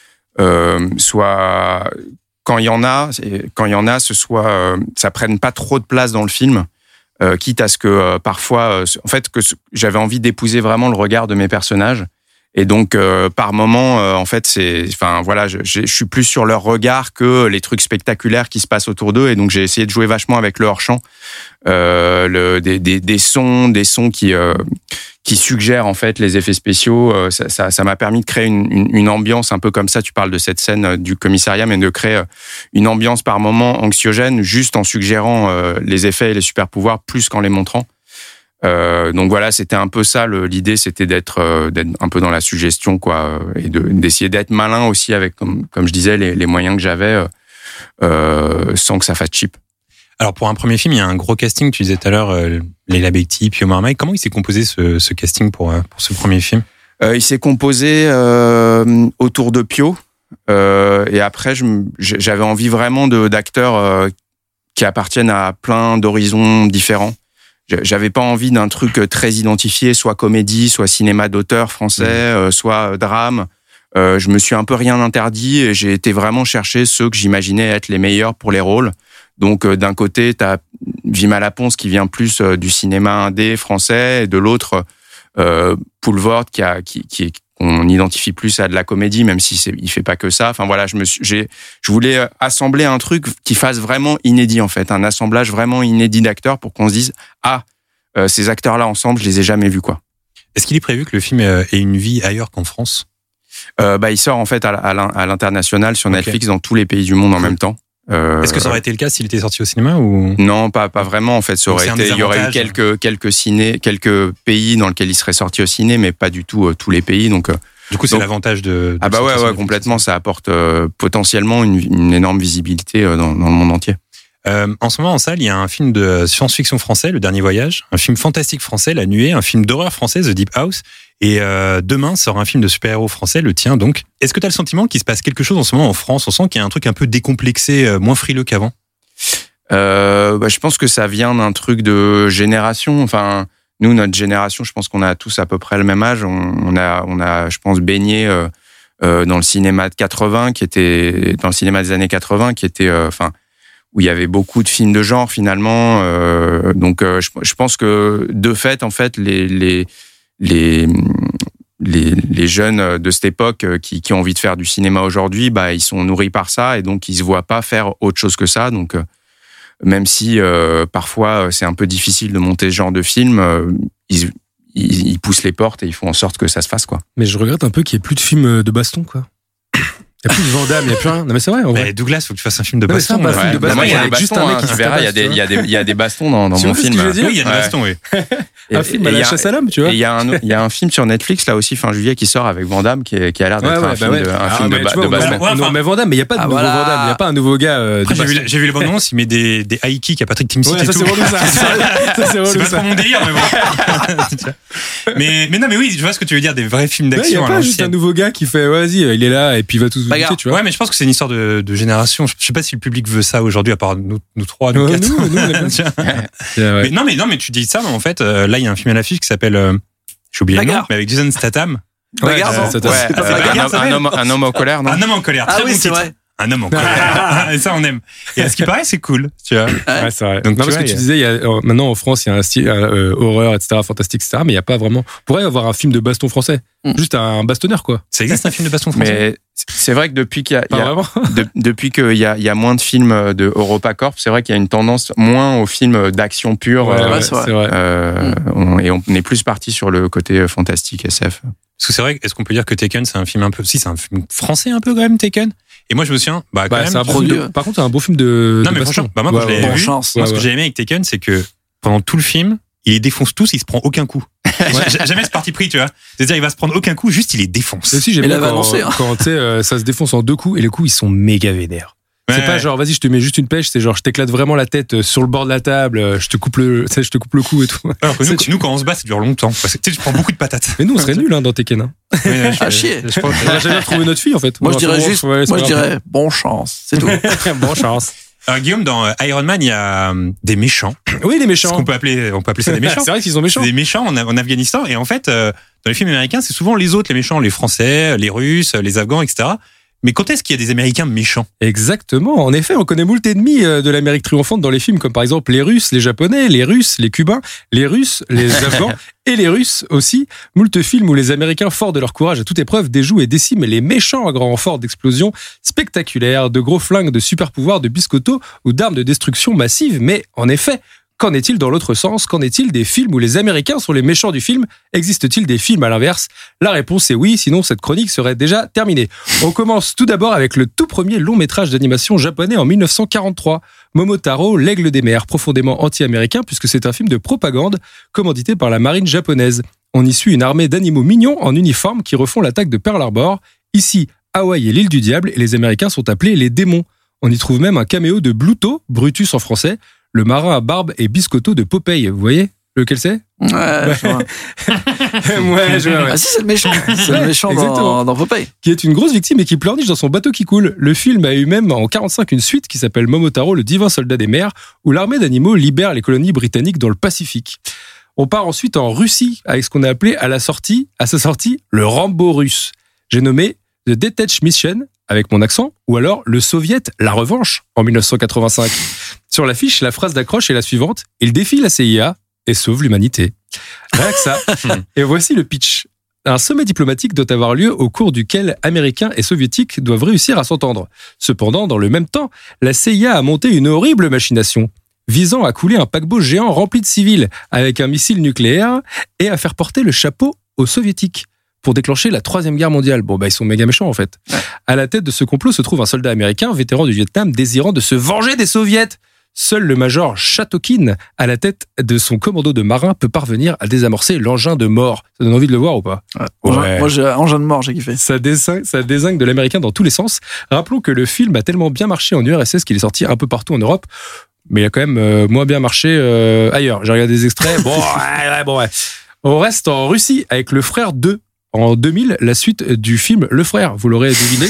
soient, quand il y en a, ça prenne pas trop de place dans le film, quitte à ce que parfois, en fait, que j'avais envie d'épouser vraiment le regard de mes personnages. Et donc, par moment, en fait, je suis plus sur leur regard que les trucs spectaculaires qui se passent autour d'eux. Et donc, j'ai essayé de jouer vachement avec le hors-champ, des sons qui suggèrent en fait les effets spéciaux. Ça m'a permis de créer une ambiance un peu comme ça. Tu parles de cette scène du commissariat, mais de créer une ambiance par moment anxiogène, juste en suggérant les effets et les super-pouvoirs plus qu'en les montrant. Donc voilà, c'était un peu ça l'idée, c'était d'être un peu dans la suggestion, quoi, et d'essayer d'être malin aussi avec, comme je disais, les moyens que j'avais, sans que ça fasse cheap. Alors pour un premier film, il y a un gros casting. Tu disais tout à l'heure Leila Bekti, Pio Marmaille. Comment il s'est composé ce casting pour ce premier film ? Il s'est composé autour de Pio, et après j'avais envie vraiment d'acteurs qui appartiennent à plein d'horizons différents. J'avais pas envie d'un truc très identifié, soit comédie, soit cinéma d'auteur français, soit drame. Je me suis un peu rien interdit et j'ai été vraiment chercher ceux que j'imaginais être les meilleurs pour les rôles. Donc d'un côté, t'as Vima Laponce qui vient plus du cinéma indé français, et de l'autre Poulvord qu'on identifie plus à de la comédie, même si il fait pas que ça. Enfin voilà, je voulais assembler un truc qui fasse vraiment inédit, en fait, un assemblage vraiment inédit d'acteurs pour qu'on se dise ces acteurs-là ensemble, je les ai jamais vus, quoi. Est-ce qu'il est prévu que le film ait une vie ailleurs qu'en France ? Il sort en fait à l'international sur Netflix dans tous les pays du monde en même temps. Est-ce que ça aurait été le cas s'il était sorti au cinéma ou ? Non, pas vraiment en fait. Ça aurait été, il y aurait eu quelques pays dans lesquels il serait sorti au ciné, mais pas du tout tous les pays. Donc du coup, c'est l'avantage de ah bah ouais, complètement. Ça apporte potentiellement une énorme visibilité dans le monde entier. En ce moment, en salle, il y a un film de science-fiction français, Le Dernier Voyage, un film fantastique français, La Nuée, un film d'horreur français, The Deep House, et demain sort un film de super-héros français, le tien donc. Est-ce que tu as le sentiment qu'il se passe quelque chose en ce moment en France ? On sent qu'il y a un truc un peu décomplexé, moins frileux qu'avant ? Je pense que ça vient d'un truc de génération. Enfin, nous, notre génération, je pense qu'on a tous à peu près le même âge. On a, je pense, baigné dans le cinéma de 80, dans le cinéma des années 80, qui était, où il y avait beaucoup de films de genre finalement. Donc, je pense que de fait, en fait, les jeunes de cette époque qui ont envie de faire du cinéma aujourd'hui, ils sont nourris par ça et donc ils se voient pas faire autre chose que ça. Donc, même si parfois c'est un peu difficile de monter ce genre de film, ils poussent les portes et ils font en sorte que ça se fasse, quoi. Mais je regrette un peu qu'il y ait plus de films de baston, quoi. Il n'y a plus de Van Damme, il n'y a plus rien. Non, mais c'est vrai, en vrai. Mais Douglas, faut que tu fasses un film de baston. Film de baston. Moi, il y a des bastons, tu verras, il y a des bastons dans mon film. Oui, il y a des bastons, oui. Un film à la chasse à l'homme, tu vois. Et il y a un film sur Netflix, là aussi, fin juillet, qui sort avec Van Damme, qui a l'air d'être un film de baston. Non, mais Van Damme, mais il n'y a pas de nouveau Van Damme, il n'y a pas un nouveau gars. J'ai vu le bon-annonce, il met des high kicks à Patrick Timsit et tout. Ça, c'est relou, ça. C'est pas trop mon délire, mais bon. Mais oui, je vois ce que tu veux dire, des vrais films d'action. Il n'y a pas juste un nouveau gars qui fait, vas-y, il est là, et puis il va tous vous buter, tu vois. Ouais, mais je pense que c'est une histoire de génération. Je sais pas si le public veut ça aujourd'hui, à part nous trois, nous quatre. Nous, on est bien. Mais tu dis ça, mais en fait, là, il y a un film à l'affiche qui s'appelle, j'ai oublié le nom, mais avec Jason Statham. Un homme en colère, non? Un homme en colère. Très bon titre. Un homme en colère. Et ça, on aime. Et à ce qui paraît, c'est cool, tu vois. Ouais, c'est vrai. Donc, parce que tu disais, maintenant en France, il y a un style horreur, etc., fantastique, etc., mais il n'y a pas vraiment. On pourrait avoir un film de baston français. Juste un bastonneur, quoi. Ça existe un film de baston français? Mais c'est vrai que depuis qu'il y a moins de films de EuropaCorp, c'est vrai qu'il y a une tendance moins aux films d'action pure. C'est vrai. Et on est plus parti sur le côté fantastique, SF. Parce que c'est vrai, est-ce qu'on peut dire que Taken, c'est un film un peu. Si, c'est un film français un peu quand même, Taken. Et moi, je me souviens. Par contre, c'est un beau film de. Non, mais franchement, moi, quand je l'ai vu, ce que j'ai aimé avec Taken, c'est que pendant tout le film, il les défonce tous, il se prend aucun coup. Jamais ce parti pris, tu vois. C'est-à-dire, il va se prendre aucun coup, juste il les défonce. Aussi, j'aime bien quand tu sais, ça se défonce en 2 coups et les coups, ils sont méga vénères. C'est pas genre, vas-y, je te mets juste une pêche, c'est genre, je t'éclate vraiment la tête sur le bord de la table, je te coupe le cou et tout. Alors que nous, quand on se bat, ça dure longtemps. Tu sais, je prends beaucoup de patates. Mais nous, on serait nuls, dans Tekken. Chier. On a jamais trouvé notre fille, en fait. Moi, je dirais bonne chance. C'est tout. Bonne chance. Alors, Guillaume, dans Iron Man, il y a des méchants. Oui, les méchants. On peut appeler ça des méchants. C'est vrai qu'ils sont méchants. C'est des méchants en Afghanistan. Et en fait, dans les films américains, c'est souvent les autres, les méchants, les Français, les Russes, les Afghans, etc. Mais quand est-ce qu'il y a des Américains méchants? Exactement. En effet, on connaît moult ennemis de l'Amérique triomphante dans les films, comme par exemple les Russes, les Japonais, les Russes, les Cubains, les Russes, les Afghans et les Russes aussi. Moult films où les Américains, forts de leur courage à toute épreuve, déjouent et déciment les méchants à grand renfort d'explosions spectaculaires, de gros flingues, de super pouvoirs, de biscottos ou d'armes de destruction massive. Mais en effet, qu'en est-il dans l'autre sens? Qu'en est-il des films où les Américains sont les méchants du film? Existe-t-il des films à l'inverse? La réponse est oui, sinon cette chronique serait déjà terminée. On commence tout d'abord avec le tout premier long métrage d'animation japonais en 1943, Momotaro, l'aigle des mers, profondément anti-américain puisque c'est un film de propagande commandité par la marine japonaise. On y suit une armée d'animaux mignons en uniforme qui refont l'attaque de Pearl Harbor. Ici, Hawaï est l'île du diable et les Américains sont appelés les démons. On y trouve même un caméo de Bluto, Brutus en français, le marin à barbe et biscotto de Popeye. Vous voyez lequel c'est? Ouais, je vois. Ah si, c'est le méchant. C'est le méchant dans Popeye. Qui est une grosse victime et qui pleurniche dans son bateau qui coule. Le film a eu même en 1945 une suite qui s'appelle Momotaro, le divin soldat des mers, où l'armée d'animaux libère les colonies britanniques dans le Pacifique. On part ensuite en Russie avec ce qu'on a appelé à sa sortie, le Rambo russe. J'ai nommé The Detach Mission, avec mon accent, ou alors le Soviet La Revanche, en 1985. Sur l'affiche, la phrase d'accroche est la suivante: il défie la CIA et sauve l'humanité. Rien que ça. Et voici le pitch. Un sommet diplomatique doit avoir lieu au cours duquel Américains et Soviétiques doivent réussir à s'entendre. Cependant, dans le même temps, la CIA a monté une horrible machination. visant à couler un paquebot géant rempli de civils avec un missile nucléaire et à faire porter le chapeau aux soviétiques pour déclencher la Troisième Guerre mondiale. Bon, ils sont méga méchants, en fait. Ouais. À la tête de ce complot se trouve un soldat américain, vétéran du Vietnam, désirant de se venger des soviets. Seul le major Chatokin, à la tête de son commando de marins, peut parvenir à désamorcer l'engin de mort. Ça donne envie de le voir ou pas? Ouais. Moi, j'ai engin de mort, j'ai kiffé. Ça dézingue de l'américain dans tous les sens. Rappelons que le film a tellement bien marché en URSS qu'il est sorti un peu partout en Europe. Mais il a quand même moins bien marché ailleurs. J'ai regardé des extraits. Bon. On reste en Russie avec Le Frère 2. En 2000, la suite du film Le Frère, vous l'aurez deviné,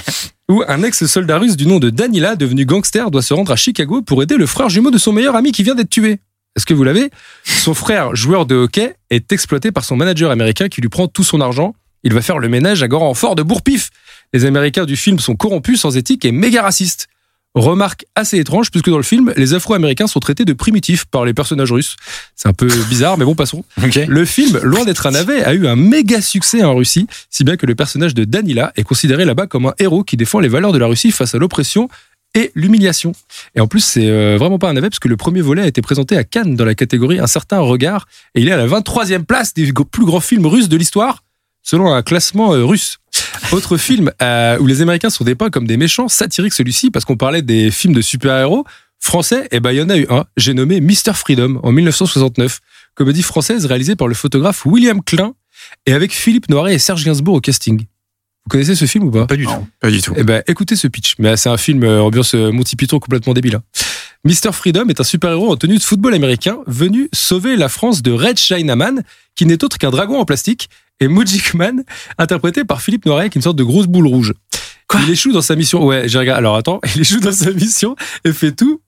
où un ex-soldat russe du nom de Danila, devenu gangster, doit se rendre à Chicago pour aider le frère jumeau de son meilleur ami qui vient d'être tué. Est-ce que vous l'avez? Son frère, joueur de hockey, est exploité par son manager américain qui lui prend tout son argent. Il va faire le ménage à grand renfort de bourre-pif. Les Américains du film sont corrompus, sans éthique et méga racistes. Remarque assez étrange, puisque dans le film, les Afro-Américains sont traités de primitifs par les personnages russes. C'est un peu bizarre, mais bon, passons. Okay. Le film, loin d'être un navet, a eu un méga succès en Russie, si bien que le personnage de Danila est considéré là-bas comme un héros qui défend les valeurs de la Russie face à l'oppression et l'humiliation. Et en plus, c'est vraiment pas un navet, parce que le premier volet a été présenté à Cannes dans la catégorie Un certain regard, et il est à la 23e place des plus grands films russes de l'histoire, selon un classement russe. Autre film où les Américains sont dépeints comme des méchants, satirique celui-ci, parce qu'on parlait des films de super-héros français, et il y en a eu un, j'ai nommé Mr. Freedom, en 1969, comédie française réalisée par le photographe William Klein, et avec Philippe Noiret et Serge Gainsbourg au casting. Vous connaissez ce film ou pas? Pas du tout. Pas du tout. Écoutez ce pitch, mais c'est un film ambiance Monty Python complètement débile. Hein. Mr. Freedom est un super-héros en tenue de football américain venu sauver la France de Red Chinaman, qui n'est autre qu'un dragon en plastique, et Mujik Man, interprété par Philippe Noiret, qui est une sorte de grosse boule rouge. Quoi? Il échoue dans sa mission. Ouais, j'ai regardé. Alors attends, il échoue dans sa mission et fait tout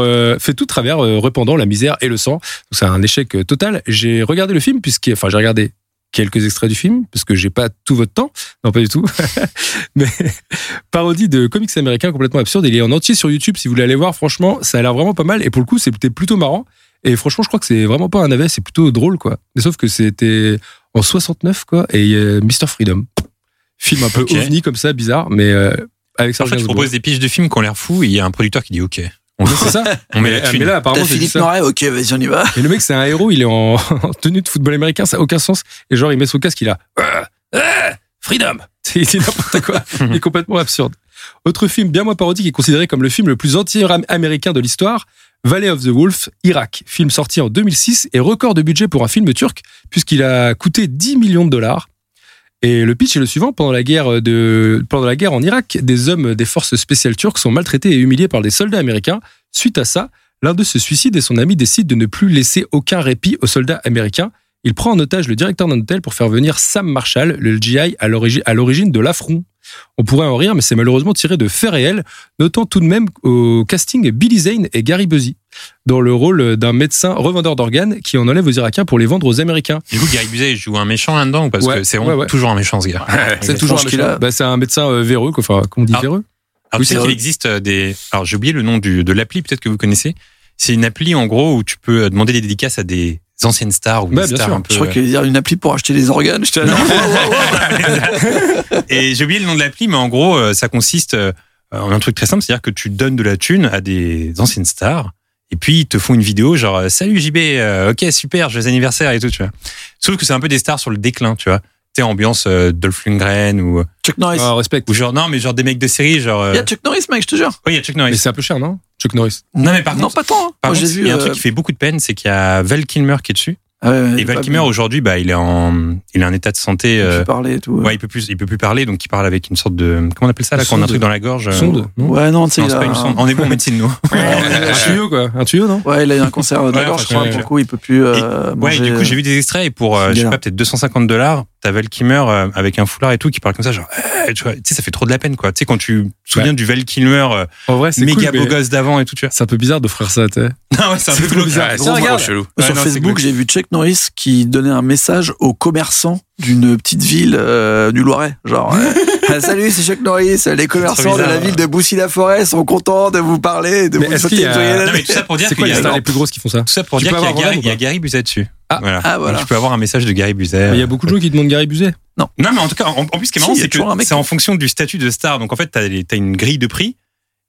travers répandant la misère et le sang. Donc, c'est un échec total. J'ai regardé le film j'ai regardé quelques extraits du film parce que j'ai pas tout votre temps. Non, pas du tout. Mais parodie de comics américains complètement absurde. Il est en entier sur YouTube. Si vous voulez aller voir, franchement, ça a l'air vraiment pas mal. Et pour le coup, c'était plutôt marrant. Et franchement, je crois que c'est vraiment pas un navet. C'est plutôt drôle, quoi. Mais sauf que c'était en 69, quoi. Et Mr. Freedom. Film un peu ovni comme ça, bizarre, mais avec ça. En fait, je propose des pitchs de films qui ont l'air fous et il y a un producteur qui dit OK. C'est ça. On met la thune. Mais là, apparemment, t'as Philippe Noiret, OK, vas-y, on y va. Et le mec, c'est un héros, il est en tenue de football américain, ça n'a aucun sens. Et genre, il met son casque, il a Freedom. C'est n'importe quoi. Il est complètement absurde. Autre film bien moins parodique est considéré comme le film le plus anti-américain de l'histoire, Valley of the Wolf, Irak. Film sorti en 2006 et record de budget pour un film turc, puisqu'il a coûté 10 millions de dollars. Et le pitch est le suivant. Pendant la guerre en Irak, des hommes des forces spéciales turques sont maltraités et humiliés par des soldats américains. Suite à ça, l'un d'eux se suicide et son ami décide de ne plus laisser aucun répit aux soldats américains. Il prend en otage le directeur d'un hôtel pour faire venir Sam Marshall, le GI à l'origine de l'affront. On pourrait en rire, mais c'est malheureusement tiré de faits réels, notant tout de même au casting Billy Zane et Gary Busey, dans le rôle d'un médecin revendeur d'organes qui en enlève aux Irakiens pour les vendre aux Américains. Du coup, Gary Busey joue un méchant là-dedans ou parce que c'est toujours un méchant, ce gars? C'est toujours un méchant. C'est un médecin véreux, quoi. Enfin, comment on dit véreux? Alors, tu sais qu'il existe Alors, j'ai oublié le nom de l'appli, peut-être que vous connaissez. C'est une appli, en gros, où tu peux demander des dédicaces à des anciennes stars ou des stars un peu... Je crois qu'il allait dire une appli pour acheter les organes. Et j'ai oublié le nom de l'appli, mais en gros, ça consiste en un truc très simple, c'est-à-dire que tu donnes de la thune à des anciennes stars, et puis ils te font une vidéo genre « Salut JB, ok, super, joyeux anniversaire » et tout, tu vois. Sauf que c'est un peu des stars sur le déclin, tu vois. Tu sais, ambiance Dolph Lundgren ou... Chuck Norris. Respect. Ou genre, non, mais genre des mecs de série, genre... Il y a Chuck Norris, mec, je te jure. Oui, il y a Chuck Norris. Mais c'est un peu cher, non? Chuck Norris. Non, mais par contre... Non, pas tant. Par contre, il y a un truc qui fait beaucoup de peine, c'est qu'il y a Val Kilmer qui est dessus. Et Val Kilmer aujourd'hui, il a un état de santé. Il peut plus parler et tout. Ouais, il peut plus parler, donc il parle avec une sorte de, comment on appelle ça là, quand on a un truc dans la gorge. Sonde. Ouais, non, c'est pas une sonde. On est bon en médecine, nous. Un tuyau, quoi. Un tuyau, non? Ouais, il a eu un cancer de la gorge, je crois. Pour le coup, il peut plus. Ouais, du coup, j'ai vu des extraits et pour, je sais pas, peut-être $250, t'as Val Kilmer avec un foulard et tout qui parle comme ça, genre, tu vois, tu sais, ça fait trop de la peine, quoi. Tu sais, quand tu te souviens du Val Kilmer, en vrai, c'est méga cool, beau gosse d'avant et tout, tu vois. C'est un peu bizarre d'offrir ça, tu sais. Non, ouais, c'est un peu bizarre. Regarde, chelou. Sur Facebook, j'ai vu Chuck Norris qui donnait un message aux commerçants d'une petite ville du Loiret. Genre, salut, c'est Chuck Norris. Les commerçants de la ville de Boussy-la-Forêt sont contents de vous parler, de vous souhaiter une joyeuse année. Non, mais tout ça pour dire c'est quoi les stars les plus grosses qui font ça? Tout ça pour dire qu'il y a Gary Busey dessus. Voilà. Donc, tu peux avoir un message de Gary Busey. Il y a beaucoup de gens qui demandent Gary Busey. Non, mais en tout cas, en plus, ce qui est marrant, c'est que c'est en fonction du statut de star. Donc, en fait, t'as une grille de prix.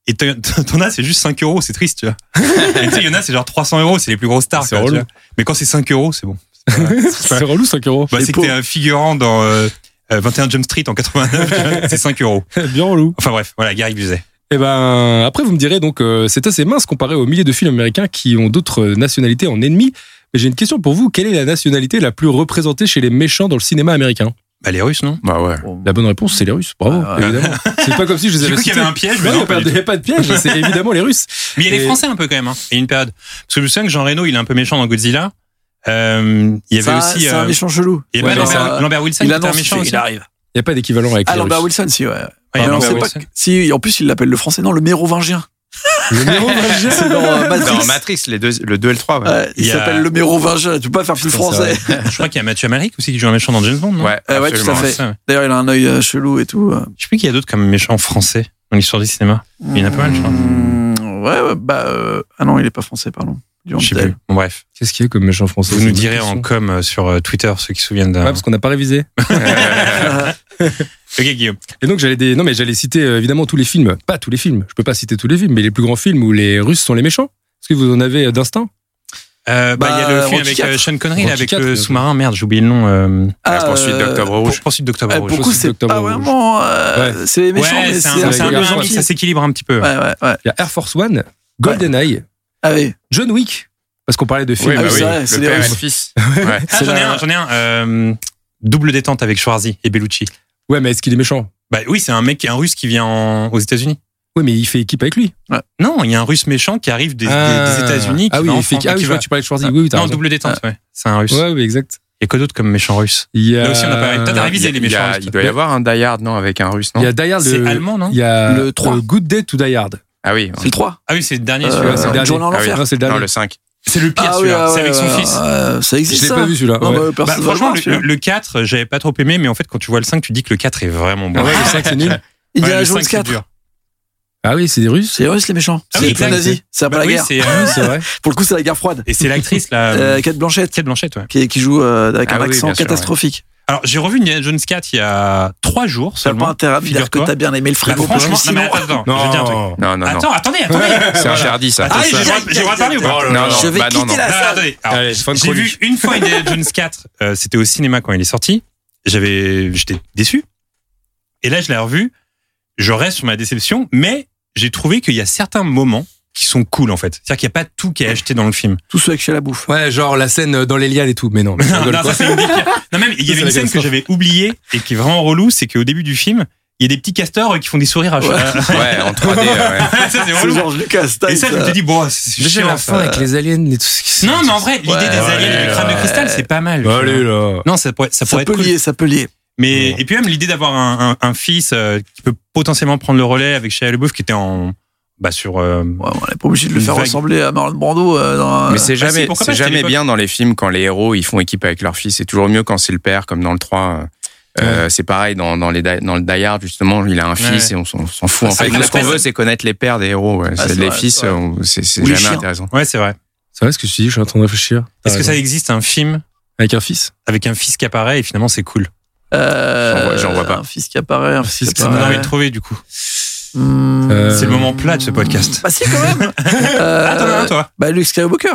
Et t'en as, c'est juste 5 €, c'est triste, tu vois. Et tu sais, il y en a, c'est genre 300 €, c'est les plus grosses stars. C'est quoi, relou. tu vois. Mais quand c'est 5 €, c'est bon. C'est relou 5 €. Bah, c'est que t'es un figurant dans 21 Jump Street en 89, tu vois, c'est 5 €. Bien relou. Enfin bref, voilà, Gary Busey. Et ben après vous me direz donc c'est assez mince comparé aux milliers de films américains qui ont d'autres nationalités en ennemis. Mais j'ai une question pour vous, quelle est la nationalité la plus représentée chez les méchants dans le cinéma américain? Bah les Russes, non? Bah ouais. La bonne réponse c'est les Russes, bravo, évidemment. C'est pas comme si je les J'ai avais cru qu'il y cités. avait un piège, mais Non, non, pas il du n'y a pas de piège, c'est évidemment les Russes. Mais il y a les Et- Français un peu quand même, hein. Il y a une période. Parce que je me souviens que Jean Reno, il est un peu méchant dans Godzilla. Il y avait aussi. C'est un méchant chelou. Il y Ouais, avait mais Lambert Wilson Il qui était un annonce méchant aussi. il arrive. Il n'y a pas d'équivalent avec Ah, les Lambert Russes. Wilson, si, ouais. Ouais, Mais on Lambert sait pas Wilson. si, en plus, il l'appelle le français. Non, le mérovingien. Le mérovingien. C'est dans Matrix. Dans Matrix, le 2 et le 3, ouais. Il Il y a- s'appelle le mérovingien. Tu peux pas faire plus Putain, français. Je crois qu'il y a Mathieu Amalric aussi qui joue un méchant dans James Bond, non? Ouais, Ouais, tout à absolument. fait. Ça, ouais. D'ailleurs, il a un œil chelou et tout. Je sais plus qu'il y a d'autres comme méchants français dans l'histoire du cinéma. Il y en a pas mal, je crois. Ouais, bah. Ah non, il est pas français, pardon. Du Je sais plus. Bon, bref. Qu'est-ce qu'il y a comme méchant français? Vous C'est nous une bonne direz question. en com sur Twitter ceux qui se souviennent d'un. Ouais, parce qu'on n'a pas révisé. Ok, Guillaume. Et donc j'allais citer évidemment tous les films, pas tous les films, je peux pas citer tous les films, mais les plus grands films où les Russes sont les méchants. Est-ce que vous en avez d'instinct? Il y a le film Rocky avec IV. Sean Connery, là, Rocky avec IV, le bien sûr. sous-marin. Merde, j'ai oublié le nom. La poursuite d'Octobre Rouge. Poursuite d'Octobre Rouge. Pour le coup, c'est Octobre pas Rouge. vraiment. Ouais. C'est les méchants, mais c'est c'est un peu un un mix, ça s'équilibre un petit peu. Ouais, ouais, ouais. Il y a Air Force One, GoldenEye, Ah oui. John Wick, parce qu'on parlait de films. Oui, Ah bah oui, oui. c'est vrai, c'est Le les père et Russes. le fils. Ouais. Ah, C'est j'en ai un. Double détente avec Schwarzy et Bellucci. Ouais, mais est-ce qu'il est méchant? Bah oui, c'est un russe qui vient aux États-Unis. Oui, mais il fait équipe avec lui. Non, il y a un russe méchant qui arrive des États-Unis. Ah qui oui, va en il fait. France, Ah et oui, qui je vois va- que tu parlais de Schwarzy. Oui, oui, t'as Non, raison. double détente, ouais. C'est un russe. Ouais, oui, exact. Il y a quoi d'autre comme méchant russe? Il y a. Là aussi, on a pas. Toi, t'as révisé les Il y méchants a- russes. il doit y avoir un Die Hard, non, avec un russe, non? Il y a Die Hard. C'est allemand, non? Il y a Le 3. Good Day to Die Hard. Ah oui. C'est le 3. Ah oui, c'est le dernier. Euh, celui-là. C'est le dernier. Journée en Ah oui. enfer. Non, c'est le Non, dernier. le 5. C'est le pire, celui-là. C'est avec son fils. Ça existe. Je l'ai ça pas vu celui-là. Non, Ouais. bah, Bah, personne va franchement, le voir, le 4, j'avais pas trop aimé, mais en fait, quand tu vois le 5, tu dis que le 4 est vraiment bon. Ah ouais, le 5 c'est nul. Il y Ouais, a le Jones 5, c'est 4. dur. Ah oui, c'est des Russes. C'est les Russes, les méchants. Ah C'est oui, les exact. nazis. C'est après Bah la oui, guerre. c'est C'est vrai. Pour le coup, c'est la guerre froide. et c'est l'actrice là, Kate Blanchett, Kate Blanchett, ouais. qui joue avec Ah un oui, accent bien sûr, catastrophique. Alors, j'ai revu Indiana Jones 4 il y a 3 jours T'as pas seulement. intérêt à me dire que Figure-toi. t'as bien aimé le Bah, frigo. franchement, parce que non, mais sinon- attends, je vais dire un truc. Non, non, non. Attends, attendez. C'est interdit, ça. Ah, Aïe, j'ai aïe, le droit de parler ou pas? Non, non, Je vais bah non, quitter non. la Non, salle. attendez. Alors, Allez, fin de j'ai vu chronique. une fois Indiana Jones 4, c'était au cinéma quand il est sorti. J'étais déçu. Et là, je l'ai revu. Je reste sur ma déception, mais j'ai trouvé qu'il y a certains moments qui sont cool, en fait. C'est-à-dire qu'il n'y a pas tout qui est acheté dans le film. Tous ceux avec chez la bouffe. Ouais, genre la scène dans les lianes et tout. Mais non. Non, ça, c'est une des pires. Non, même, il y avait C'est une la scène que catastrophe. j'avais oubliée et qui est vraiment relou, c'est qu'au début du film, il y a des petits castors qui font des sourires à chaque Ouais, en 3D, ouais. Ça, c'est C'est relou. George Lucas. Et ça, je me suis dit, bon, c'est Déjà chiant, la ça. fin avec les aliens et tout ce qui Non, mais en vrai, l'idée Ouais, des aliens et ouais, du crâne de ouais. cristal, c'est pas mal. tu vois. Allez là. Non, ça pourrait Ça être peut cool. lier, ça peut lier. Mais, et puis même l'idée d'avoir un fils qui peut potentiellement prendre le relais avec Shia LaBeouf qui était sur. Ouais, on n'est pas obligé de le Une faire vague. ressembler à Marlon Brando. Mais c'est Bah si, jamais, pourquoi pas, c'est c'était jamais l'époque. bien dans les films quand les héros ils font équipe avec leur fils. C'est toujours mieux quand c'est le père, comme dans le 3. C'est pareil dans le Die Hard, justement, il a un fils Ouais. et on s'en fout. En Ça fait, fait tout ce qu'on la veut, peine. c'est connaître les pères des héros. Ouais. Ah, c'est les vrai, fils, c'est vrai. c'est Ou les jamais chiens. intéressant. Ouais, c'est vrai. C'est vrai ce que tu dis, je suis en train de réfléchir. T'as Est-ce que ça raison. existe un film Avec un fils? avec un fils qui apparaît et finalement c'est cool? J'en vois pas. Un fils qui apparaît, un fils qui Ça me donne envie apparaît. de trouver du coup. Hmm. C'est le moment plat de ce podcast. Bah si, quand même. Ah, t'en as un toi? Bah Luke Skywalker.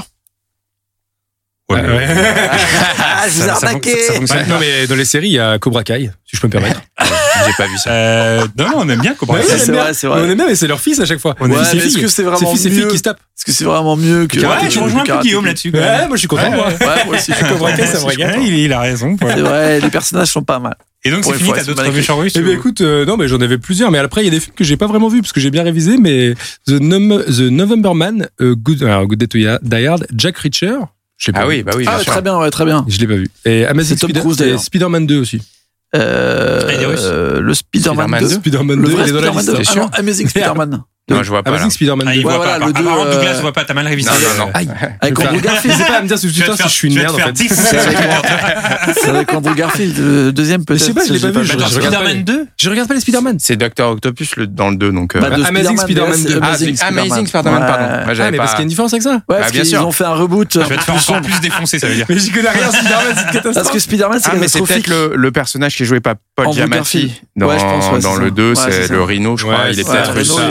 Ouais, mais- Ah, je vous ai Ça- ça arnaqué. ça fonctionne Ouais, non mais dans les séries, il y a Cobra Kai, si je peux me permettre. J'ai pas vu ça. Non, on aime bien Cobra Ouais, Kai. on aime c'est bien. vrai, c'est vrai. On aime bien, mais c'est leur fils à chaque fois. On aime Ouais, ses mais est-ce filles. que c'est C'est vraiment fils et filles mieux qui se tapent. Est-ce que c'est vraiment mieux que Ouais, je rejoins un peu Karate Guillaume Kid. là-dessus. quand même. Ouais, moi je suis content. moi. Ouais, moi aussi, je suis Cobra Kai, content. ça me régale. Ouais, il a raison. C'est vrai, les personnages sont pas mal. Et donc Ouais, c'est fini, faut t'as être d'autres mal méchants russes? Eh bien ou- écoute, non mais j'en avais plusieurs, mais après il y a des films que j'ai pas vraiment vus parce que j'ai bien révisé, mais The November Man, Good Day to Die Hard, Jack Reacher, je l'ai pas Ah vu. oui, bah oui, Ah bien ouais, sûr. très bien, ouais, très bien. Je l'ai pas vu. Et Amazing C'est Tom Cruise, d'ailleurs. Spider-Man 2 aussi. des Russes. Le Spider-Man Spider-Man 2. 2. Spider-Man Le 2, vrai il est dans la Spider-Man liste. 2. T'es Ah sûr non, Amazing Spider-Man. Non, je vois pas. Amazing là. Spider-Man Ah, 2. il voit voilà, pas. le deux, Alors Douglas voit pas, t'as mal révisé. Non, non, non. Aïe. Avec Je vais Andrew faire- Garfield. N'hésitez pas à me dire sur Twitter si je suis une merde en fait. défoncer sur Twitter. C'est avec Andrew Garfield, le deuxième peut-être. Je sais pas, je l'ai pas vu, je Attends, regarde pas Spider-Man les- 2? Je regarde pas les Spider-Man. C'est Dr Octopus dans le 2, donc. Bah, de Amazing Spider-Man mais là, 2. c'est Amazing Spider-Man, pardon. Ouais. Moi, Ah j'avais mais parce pas. qu'il y a une différence avec ça. Ouais, Bah, parce bien qu'ils sûr. ont fait un reboot. Je vais te faire encore plus défoncer, ça veut dire. Mais j'y connais rien Spider-Man, c'est une Parce catastrophe. que Spider-man, c'est Ah, mais c'est catastrophique. peut-être le personnage qui est joué par Paul Andrew Giamatti Garfield. dans, Ouais, je pense, ouais, dans c'est le ça. 2, Ouais, c'est c'est ça. le Rhino, je crois. Ouais, Il est c'est peut-être ça. russe. Rhino, Il est peut-être peut-être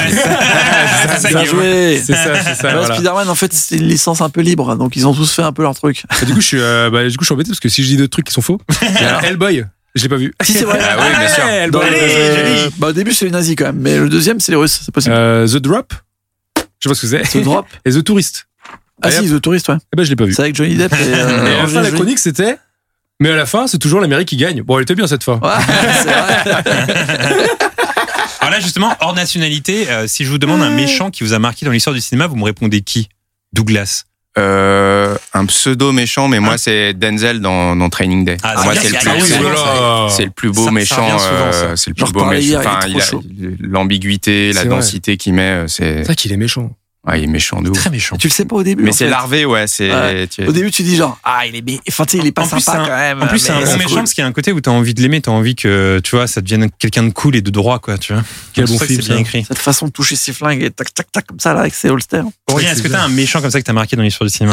c'est ça Bien qui est- joué. C'est ça. Ouais, Voilà. Spider-Man, en fait, c'est une licence un peu libre, donc ils ont tous fait un peu leur truc. Et du coup, je suis embêté parce que si je dis d'autres trucs qui sont faux, il y a Hellboy. Je l'ai pas vu. Si, c'est vrai. Ah oui, bien sûr. Dans Hellboy. le- Bah, au début, c'est les nazis quand même, mais le deuxième, c'est les Russes, c'est possible. The Drop. Je sais pas ce que c'est. The Drop. Et The Tourist. Ah si, The Tourist, ouais. Eh ben, je l'ai pas vu. C'est avec Johnny Depp et Et à la fin, la Angelina chronique, c'était. Mais à la fin, c'est toujours l'Amérique qui gagne. Bon, elle était bien cette fin. Jolie. Ouais, c'est vrai. Alors là, justement, hors nationalité, si je vous demande un méchant qui vous a marqué dans l'histoire du cinéma, vous me répondez qui? Douglas. Un pseudo méchant, mais moi c'est Denzel dans Training Day. Ah, Pour moi c'est c'est le bien, plus, c'est bien, c'est le plus beau Ça méchant. revient souvent, ça. C'est le J'en plus beau reparlais méchant. hier, Enfin, il est trop chaud. l'ambiguïté, la C'est vrai. densité qu'il met, C'est vrai qu'il est méchant. ouais, il est méchant de ouf. Très méchant. Tu le sais pas au début. Mais en c'est fait. larvé, ouais. C'est. Ouais. tu- Au début, tu dis genre, il est bien. Enfin, tu sais, il est pas En plus, sympa c'est un- quand même. En plus, c'est un mais bon c'est méchant cool. parce qu'il y a un côté où t'as envie de l'aimer, t'as envie que, tu vois, ça devienne quelqu'un de cool et de droit, quoi, tu vois. Quel C'est bon pour ça que film, c'est bien ça. écrit. Cette façon de toucher ses flingues et tac, tac, tac, comme ça, là, avec ses holsters. Aurélien, est-ce que t'as un méchant comme ça que t'as marqué dans l'histoire du cinéma?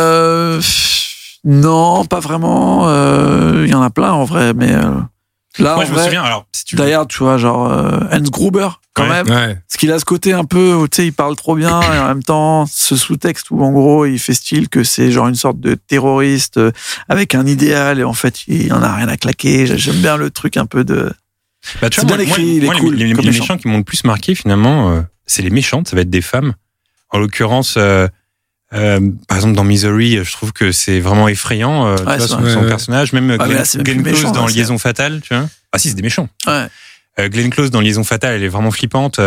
Non, pas vraiment. Il y en a plein en vrai, mais là, Moi, en je me vrai, souviens, alors, si tu veux. d'ailleurs, tu vois, genre Hans Gruber, quand Ouais. même. Ouais. Parce qu'il a ce côté un peu où, tu sais, il parle trop bien et en même temps, ce sous-texte où, en gros, il fait style que c'est genre une sorte de terroriste avec un idéal et en fait, il en a rien à claquer. J'aime bien le truc un peu de. Bah, tu C'est vois, bien moi, écrit, il est moi, cool les comme méchants méchant. qui m'ont le plus marqué, finalement, c'est les méchantes, ça va être des femmes. En l'occurrence, par exemple, dans Misery, je trouve que c'est vraiment effrayant, tu Ouais, vois, c'est son, vrai. son Ouais. personnage. Même mais Glenn, là, c'est même Glenn plus Close méchant, dans là, c'est- Liaison Fatale, tu vois. Ah si, c'est des méchants. Ouais. Glenn Close dans Liaison Fatale, elle est vraiment flippante.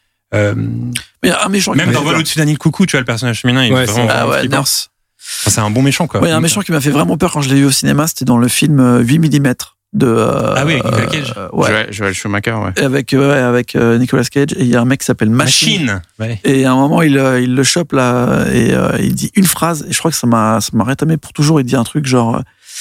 Mais un méchant qui Même m'a dans fait Vol peur. au-dessus d'un nid de coucou, tu vois, le personnage féminin, il est Ouais, vraiment, Ah vraiment ouais, flippant. Nurse. Enfin, c'est un bon méchant, quoi. Ouais, il y a un méchant qui m'a fait vraiment peur quand je l'ai vu au cinéma, c'était dans le film 8 mm de. Ah oui, avec Nicolas Cage. Ouais. Joel Schumacher, ouais. Et avec Nicolas Cage, et il y a un mec qui s'appelle Machine. Machine. Ouais. Et à un moment, il le chope là, et il dit une phrase, et je crois que ça m'a rétamé pour toujours. Il dit un truc genre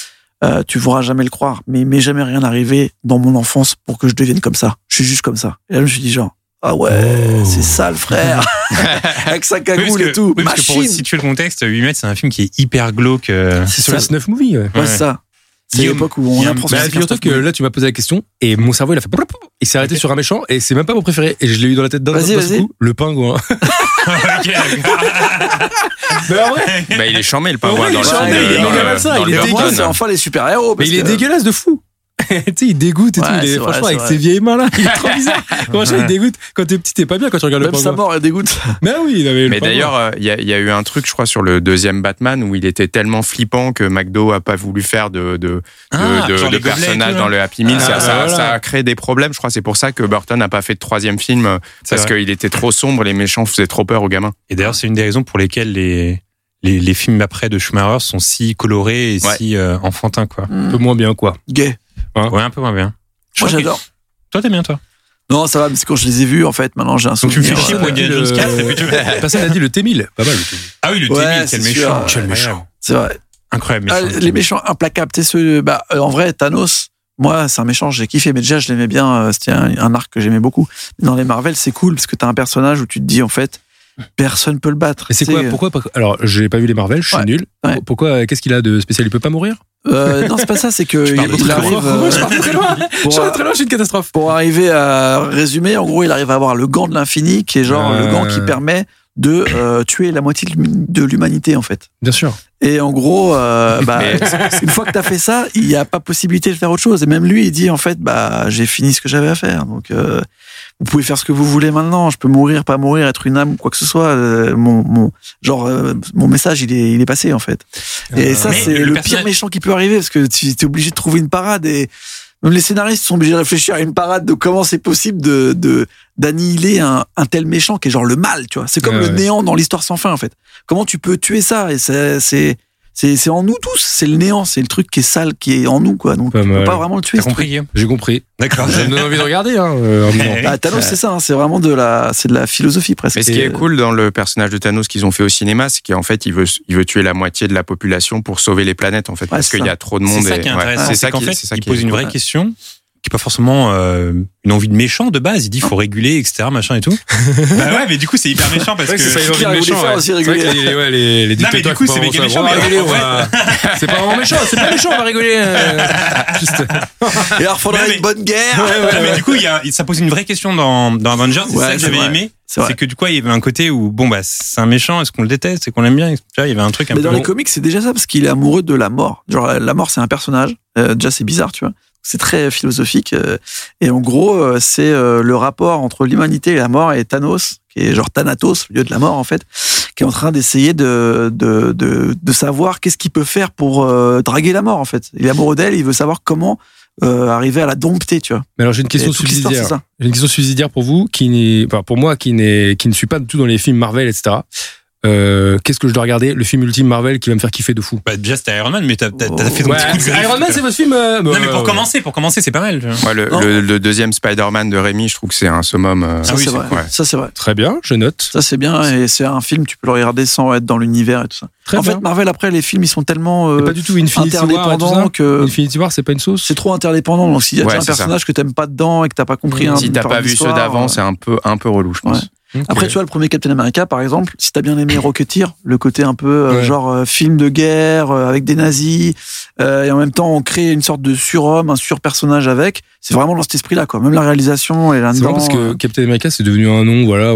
tu pourras jamais le croire, mais il m'est jamais rien arrivé dans mon enfance pour que je devienne comme ça. Je suis juste comme ça. Et là, je me suis dit genre, ah ouais, c'est ça le frère. Avec sa Oui, parce cagoule que- et tout. oui, parce que pour Machine. situer le contexte, 8 mètres, c'est un film qui est hyper glauque. C'est Sur ça. les snuff movies. Ouais. Ouais, Ouais. c'est ça. C'est Guillaume, l'époque où il y on a un- apprend Bah, ce Figure-toi que là, tu m'as posé la question et mon cerveau, il a fait. Il s'est arrêté sur un méchant et c'est même pas mon préféré. Et je l'ai eu dans la tête d'un Vas-y, d'un seul vas-y. coup, le pingouin. Ok, d'accord. Mais en vrai, Bah, il est charmé le pingouin Ouais, dans il le est film. charmé, il est dans le- comme ça, dans il le est Pour moi, Burton. c'est enfin les super-héros. mais parce il est que- dégueulasse de fou. Tu sais, il dégoûte et Ouais, tout. c'est vrai, Franchement, c'est avec vrai. ses vieilles mains là, il est trop bizarre. Franchement, il dégoûte. Quand t'es petit, t'es pas bien quand tu regardes le Même sa pingouin. mort, elle dégoûte. Mais oui, le Mais pingouin. d'ailleurs, il y a eu un truc, je crois, sur le deuxième Batman où il était tellement flippant que McDo a pas voulu faire de Ah, genre les gobelets et personnage tout, dans là. le Happy Meal. Ah, Ça, bah ça- voilà. ça a créé des problèmes. Je crois que c'est pour ça que Burton n'a pas fait de troisième film C'est parce vrai. qu'il était trop sombre. Les méchants faisaient trop peur aux gamins. Et d'ailleurs, c'est une des raisons pour lesquelles les films après de Schumacher sont si colorés et Ouais. si enfantins, quoi. un peu moins bien, quoi. Gay. Ouais, un peu moins bien. Moi, crois que- j'adore. Toi, t'aimes bien, toi? Non, ça va, mais c'est quand je les ai vus, en fait. Maintenant, j'ai un Donc, tu me souvenir. fais chier pour Indiana Jones 4, et puis tu- Personne n'a dit le T1000. Pas mal le T1000. Ah oui, le Ouais, T-1000, c'est quel sûr. méchant. Quel Incroyable. méchant. C'est vrai. Incroyable Ah, méchant. les méchants implacables, tu sais, en vrai, Thanos, moi, c'est un méchant, j'ai kiffé, mais déjà, je l'aimais bien, c'était un arc que j'aimais beaucoup. Mais dans les Marvel, c'est cool, parce que t'as un personnage où tu te dis, en fait, personne peut le battre. Et c'est Tu quoi sais, Pourquoi Alors, j'ai pas vu les Marvel, je suis Ouais. nul. Ouais. Pourquoi Qu'est-ce qu'il a de spécial Il peut pas mourir non, c'est pas ça, c'est que parles de il très arrive, loin. Je pars très loin. Je pour, pars très loin, je suis une catastrophe. pour arriver à résumer, en gros, il arrive à avoir le gant de l'infini, qui est genre le gant qui permet de tuer la moitié de l'humanité, en fait. Bien sûr. Et en gros, Mais- une fois que t'as fait ça, il n'y a pas possibilité de faire autre chose. Et même lui, il dit en fait, j'ai fini ce que j'avais à faire. Donc, vous pouvez faire ce que vous voulez maintenant. Je peux mourir, pas mourir, être une âme ou quoi que ce soit. Mon message, il est passé en fait. Et ça, Mais c'est le le personnage- pire méchant qui peut arriver parce que tu es obligé de trouver une parade et même les scénaristes sont obligés de réfléchir à une parade de comment c'est possible d'annihiler un tel méchant qui est genre le mal, tu vois. C'est comme Ouais, le ouais. néant dans l'histoire sans fin, en fait. Comment tu peux tuer ça? Et c'est en nous tous. C'est le néant, c'est le truc qui est sale, qui est en nous, quoi. Donc, Pas tu peux mal. pas vraiment le tuer. T'as ce compris, truc. Guillaume? J'ai compris. D'accord. Ça me donne envie de regarder. Hein, Bah, Thanos, c'est ça, hein, c'est vraiment de la philosophie presque. Mais ce qui Et, est cool dans le personnage de Thanos qu'ils ont fait au cinéma, c'est qu'en fait, il veut tuer la moitié de la population pour sauver les planètes, en fait, parce c'est qu'il y ça. a trop de C'est monde. ça qui est intéressant. c'est C'est ça qu'en qui fait, c'est ça il qui pose est une cool. vraie question qui est pas forcément une envie de méchant de base. Il dit faut réguler, etc., machin et tout. Bah ouais, mais du coup, c'est hyper méchant parce C'est vrai que c'est ça, que. il a envie de Hitler voulait méchant. faire Ouais. aussi C'est vrai rigoler. que les Non, mais du dictateurs coup, qui c'est pensent, méga on méchant, va mais rigoler, en on va- C'est pas vraiment méchant, c'est pas méchant, on va rigoler. Juste. Et alors, faudrait Ouais, mais- une bonne guerre. Ouais, mais du coup, ça pose une vraie question dans Avengers. C'est Ouais, ça que c'est j'avais vrai. aimé. C'est vrai. C'est que du coup, il y avait un côté où, bon, bah, c'est un méchant, est-ce qu'on le déteste, est-ce qu'on l'aime bien? Tu vois, il y avait un truc un Mais peu. dans les comics, c'est déjà ça, parce qu'il est amoureux de la mort. Genre, la mort, c'est un personnage. Déjà, c'est bizarre, tu vois. C'est très philosophique. Et en gros, c'est le rapport entre l'humanité et la mort, et Thanos, qui est genre Thanatos, le dieu de la mort, en fait, qui est en train d'essayer de savoir qu'est-ce qu'il peut faire pour draguer la mort, en fait. Il est amoureux d'elle, il veut savoir comment arriver à la dompter, tu vois. Mais alors j'ai une question Et toute l'histoire, subsidiaire. c'est ça. J'ai une question subsidiaire pour vous, pour moi qui ne suis pas du tout dans les films Marvel, etc. Qu'est-ce que je dois regarder? Le film ultime Marvel qui va me faire kiffer de fou. Bah, déjà, c'était Iron Man, mais t'as fait ton petit coup de griffe. Iron Man, c'est votre film. Non, mais pour commencer, c'est pas mal. tu vois. Ouais, le deuxième Spider-Man de Rémi, je trouve que c'est un summum. Ça, oui, c'est c'est vrai. ouais. Ça, c'est vrai. Très bien, je note. Ça, c'est bien. Et c'est un film, tu peux le regarder sans être dans l'univers et tout ça. Très en bien. fait, Marvel, après, les films, ils sont tellement C'est pas du tout Infinity War et tout interdépendants ça. que Infinity War, c'est pas une sauce. c'est trop interdépendant. Donc, s'il y a Ouais, un c'est ça. personnage que t'aimes pas dedans et que t'as pas compris Si t'as pas vu ceux d'avant, c'est un peu relou, je pense. Ouais. Après, tu vois, le premier Captain America, par exemple, si t'as bien aimé Rocketeer, le côté un peu Ouais. genre film de guerre avec des nazis, et en même temps on crée une sorte de surhomme, un surpersonnage avec, c'est vraiment dans cet esprit-là, quoi. Même la réalisation est C'est là-dedans. marrant parce que Captain America c'est devenu un nom, voilà,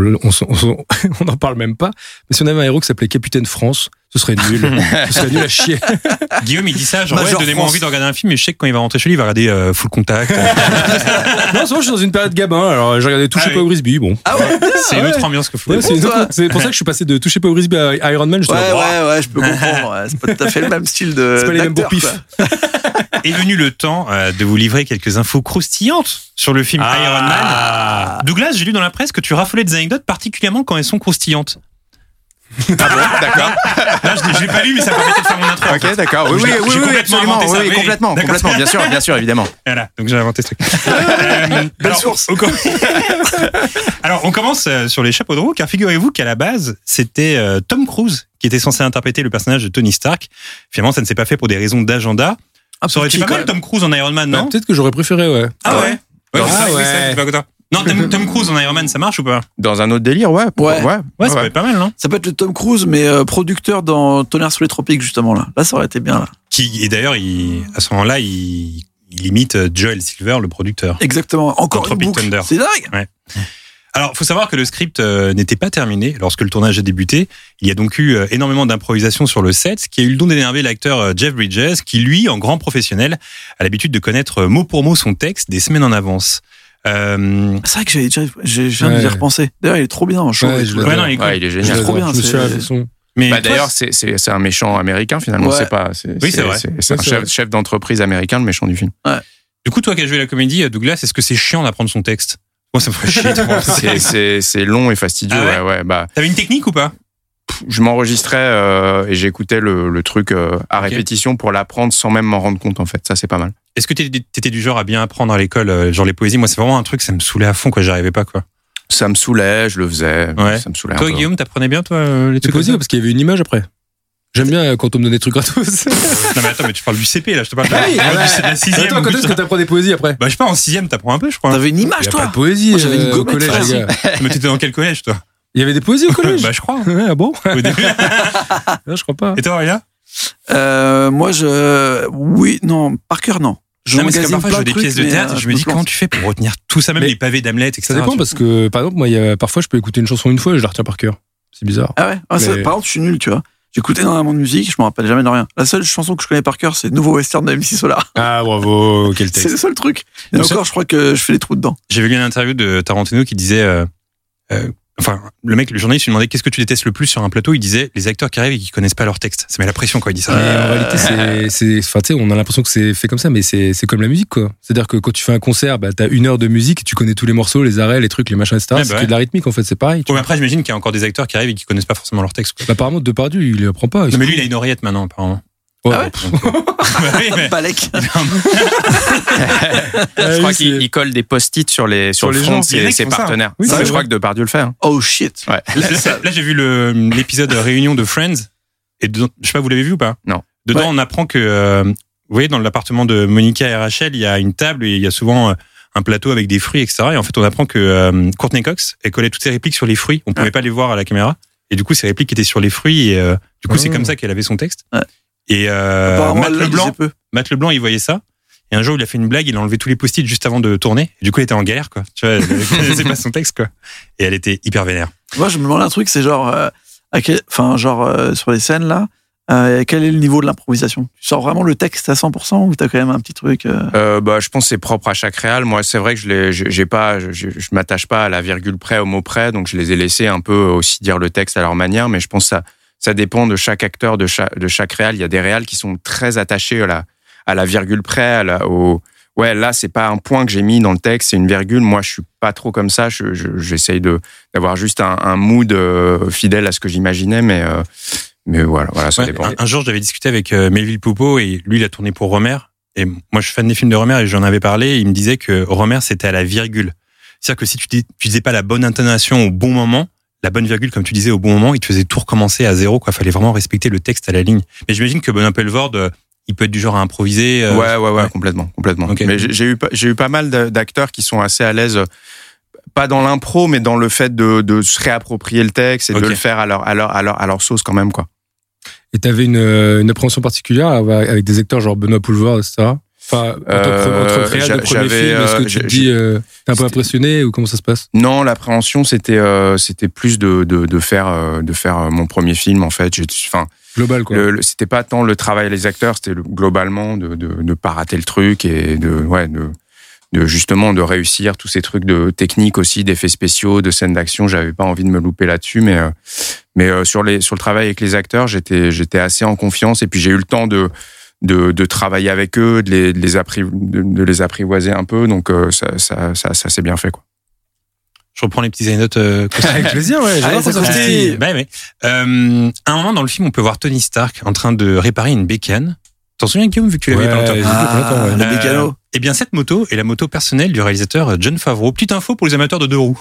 on n'en parle même pas. Mais si on avait un héros qui s'appelait Capitaine France, ce serait nul. Ce serait nul à chier. Guillaume, il dit ça, genre, Major donnez-moi France. envie de regarder un film, mais je sais que quand il va rentrer chez lui, il va regarder Full Contact. Non, souvent je suis dans une période gamin, alors j'ai regardé Toucher Ah pas oui. au Frisbee, bon. Ah ouais, C'est une ouais. autre ambiance que Full Ouais, Contact. c'est pour ça que je suis passé de Toucher pas au Frisbee à Iron Man. J'étais là, ouais, je peux comprendre. Ouais. C'est pas tout à fait le même style de. c'est pas les mêmes d'acteur, beaux pifs. quoi. Est venu le temps de vous livrer quelques infos croustillantes sur le film Iron Man. Douglas, j'ai lu dans la presse que tu raffolais des anecdotes, particulièrement quand elles sont croustillantes. D'accord. Non, je l'ai pas lu, mais ça permettait de faire mon intro. en fait. Ok, d'accord. Oui, J'ai complètement absolument. inventé ça, Oui, oui. complètement, D'accord. complètement. Bien sûr, évidemment. Voilà, donc j'ai inventé ce truc. Alors, source. Alors, on commence sur les chapeaux de roue, car figurez-vous qu'à la base, c'était Tom Cruise qui était censé interpréter le personnage de Tony Stark. Finalement, ça ne s'est pas fait pour des raisons d'agenda. Ça aurait été pas mal Tom Cruise en Iron Man, non? Peut-être que j'aurais préféré, ouais. Ah ouais. Ah c'est vrai, oui, ouais. ça, c'est pas content. Non, Tom Cruise en Iron Man, ça marche ou pas? Dans un autre délire, ouais. Ouais. Ouais, ça peut être pas mal, non? Ça peut être le Tom Cruise, mais producteur dans Tonnerre sous les tropiques, justement, là. Là, ça aurait été bien, là. Et d'ailleurs, à ce moment-là, il imite Joel Silver, le producteur. Exactement. Encore Dans une Tropic boucle. Thunder. C'est dingue. Ouais. Alors, faut savoir que le script n'était pas terminé lorsque le tournage a débuté. Il y a donc eu énormément d'improvisation sur le set, ce qui a eu le don d'énerver l'acteur Jeff Bridges, qui lui, en grand professionnel, a l'habitude de connaître mot pour mot son texte des semaines en avance. C'est vrai que je viens Ouais. d'y repenser. D'ailleurs, il est trop bien en show. Ouais, et je tout, l'adore. là. non, il est cool. Ouais, il est C'est génial. trop bien, Je me suis c'est- à la façon. Mais Bah, toi, d'ailleurs, c'est un méchant américain, finalement. Ouais. C'est pas. Oui, c'est vrai. C'est un Ouais, c'est vrai. chef d'entreprise américain, le méchant du film. du coup, toi qui as joué la comédie, Douglas, est-ce que c'est chiant d'apprendre son texte? Moi, ça me ferait chier. C'est long et fastidieux. Ah ouais ouais. Bah, T'avais une technique ou pas? je m'enregistrais et j'écoutais le truc à répétition pour l'apprendre sans même m'en rendre compte, en fait. Ça, c'est pas mal. Est-ce que t'étais du genre à bien apprendre à l'école, genre les poésies? Moi, c'est vraiment un truc, ça me saoulait à fond, quoi. J'arrivais pas, quoi. Ça me saoulait, je le faisais. Ouais. Ça me saoulait Toi, un peu. Guillaume, t'apprenais bien, toi, les C'est trucs possible comme parce qu'il y avait une image après. J'aime bien quand on me donne des trucs gratos. ça Non, mais attends, mais tu parles du CP, là, je te parle Ah oui, de la 6ème. Attends, quand est-ce que t'apprends des poésies après? Bah, je sais pas, en 6ème, t'apprends un peu, je crois. T'avais une Il image, y a pas toi. de poésie Moi, j'avais une au gommette, collège, frère. les gars. Mais t'étais dans quel collège, toi? Il y avait des poésies au collège? Bah, je crois. Ouais, ah bon? Au début. Non, je crois pas. Et toi, Aurélien? Moi, oui, non, par cœur, non. Je Non, mais c'est comme emmagasine parfois, je plein vois de des pièces de trucs, théâtre, mais, je me dis, me plante. comment tu fais pour retenir tout ça, même Mais les pavés d'Hamlet, etc. Ça dépend parce que, par exemple, moi, parfois, je peux écouter une chanson une fois et je la retiens par cœur. C'est bizarre. Ah ouais. Mais- Par contre, je suis nul, tu vois. J'écoute énormément de musique, je me rappelle jamais de rien. La seule chanson que je connais par cœur, c'est Nouveau Western de MC Solar. Ah, bravo, quel C'est texte. le seul truc. Et Donc, encore, je crois que je fais des trous dedans. J'avais lu une interview de Tarantino qui disait, le journaliste lui demandait qu'est-ce que tu détestes le plus sur un plateau. Il disait les acteurs qui arrivent et qui connaissent pas leur texte. Ça met la pression quand il dit ça. Mais en réalité, enfin, tu sais, on a l'impression que c'est fait comme ça, mais c'est comme la musique, quoi. C'est-à-dire que quand tu fais un concert, bah, t'as 1 heure de musique, tu connais tous les morceaux, les arrêts, les trucs, les machins, etc. Ouais, bah c'est ouais. que de la rythmique, en fait, c'est pareil. Ouais, mais après, j'imagine qu'il y a encore des acteurs qui arrivent et qui connaissent pas forcément leur texte, quoi. Bah, apparemment, Depardieu, il apprend pas. Non, mais lui, il a une oreillette maintenant, apparemment. Ouais. Ah ouais Oui, mais- Balek. Je crois qu'il colle des post-it sur le les front de gens. Les ses mecs font ça. partenaires. Oui, Ça, c'est je vrai. crois que Depardieu le fait. Hein. Oh shit. Ouais. Là, j'ai vu l'épisode réunion de Friends. Et dedans, je sais pas, vous l'avez vu ou pas? Non. Dedans, Ouais. on apprend que, vous voyez, dans l'appartement de Monica et Rachel, il y a une table et il y a souvent un plateau avec des fruits, etc. Et en fait, on apprend que Courtney Cox, elle collait toutes ses répliques sur les fruits. On pouvait pas les voir à la caméra. Et du coup, ses répliques étaient sur les fruits. Et du coup, c'est comme ça qu'elle avait son texte. Ouais. Et Apparemment, Matt elle le disait Leblanc, peu. Matt Leblanc, il voyait ça. Et un jour, il a fait une blague, il a enlevé tous les post-it juste avant de tourner. Et du coup, il était en galère, quoi. Tu vois, c'est pas son texte, quoi. Et elle était hyper vénère. Moi, je me demande un truc, c'est genre, sur les scènes là, quel est le niveau de l'improvisation? Tu sors vraiment le texte à 100% ou t'as quand même un petit truc Je pense que c'est propre à chaque réal. Moi, c'est vrai que je m'attache pas à la virgule près, au mot près, donc je les ai laissés un peu aussi dire le texte à leur manière, mais je pense que ça dépend de chaque acteur, de chaque réal. Il y a des réals qui sont très attachés à la virgule près, ouais, là, c'est pas un point que j'ai mis dans le texte, c'est une virgule. Moi, je suis pas trop comme ça. J'essaye d'avoir juste un mood fidèle à ce que j'imaginais, mais voilà, ça dépend. Un jour, j'avais discuté avec Melville Poupeau et lui, il a tourné pour Rohmer. Et moi, je suis fan des films de Rohmer et j'en avais parlé. Et il me disait que Rohmer, c'était à la virgule. C'est-à-dire que si tu disais pas la bonne intonation au bon moment, la bonne virgule, comme tu disais, au bon moment, il te faisait tout recommencer à zéro, quoi. Fallait vraiment respecter le texte à la ligne. Mais j'imagine que Bonin Pelvoorde, il peut être du genre à improviser. Ouais, complètement. Okay. Mais j'ai eu pas mal d'acteurs qui sont assez à l'aise, pas dans l'impro, mais dans le fait de se réapproprier le texte et de le faire à leur sauce quand même, quoi. Et t'avais une appréhension particulière avec des acteurs genre Benoît Poelvoorde, etc. Enfin, entre créa de premier film, est-ce que tu te dis, t'es un peu impressionné ou comment ça se passe? Non, l'appréhension c'était plus de faire mon premier film en fait. Global quoi. C'était pas tant le travail des acteurs, c'était globalement de pas rater le truc et de justement de réussir tous ces trucs de technique aussi, d'effets spéciaux, de scènes d'action. J'avais pas envie de me louper là-dessus, mais sur le travail avec les acteurs, j'étais assez en confiance et puis j'ai eu le temps de travailler avec eux, de les apprivoiser un peu, donc ça s'est bien fait, quoi. Je reprends les petites anecdotes. Avec plaisir, ouais. À un moment dans le film, on peut voir Tony Stark en train de réparer une bécane. T'en souviens, Guillaume, vu que tu l'avais pas longtemps? Le mécano. Eh bien, cette moto est la moto personnelle du réalisateur Jon Favreau. Petite info pour les amateurs de deux roues.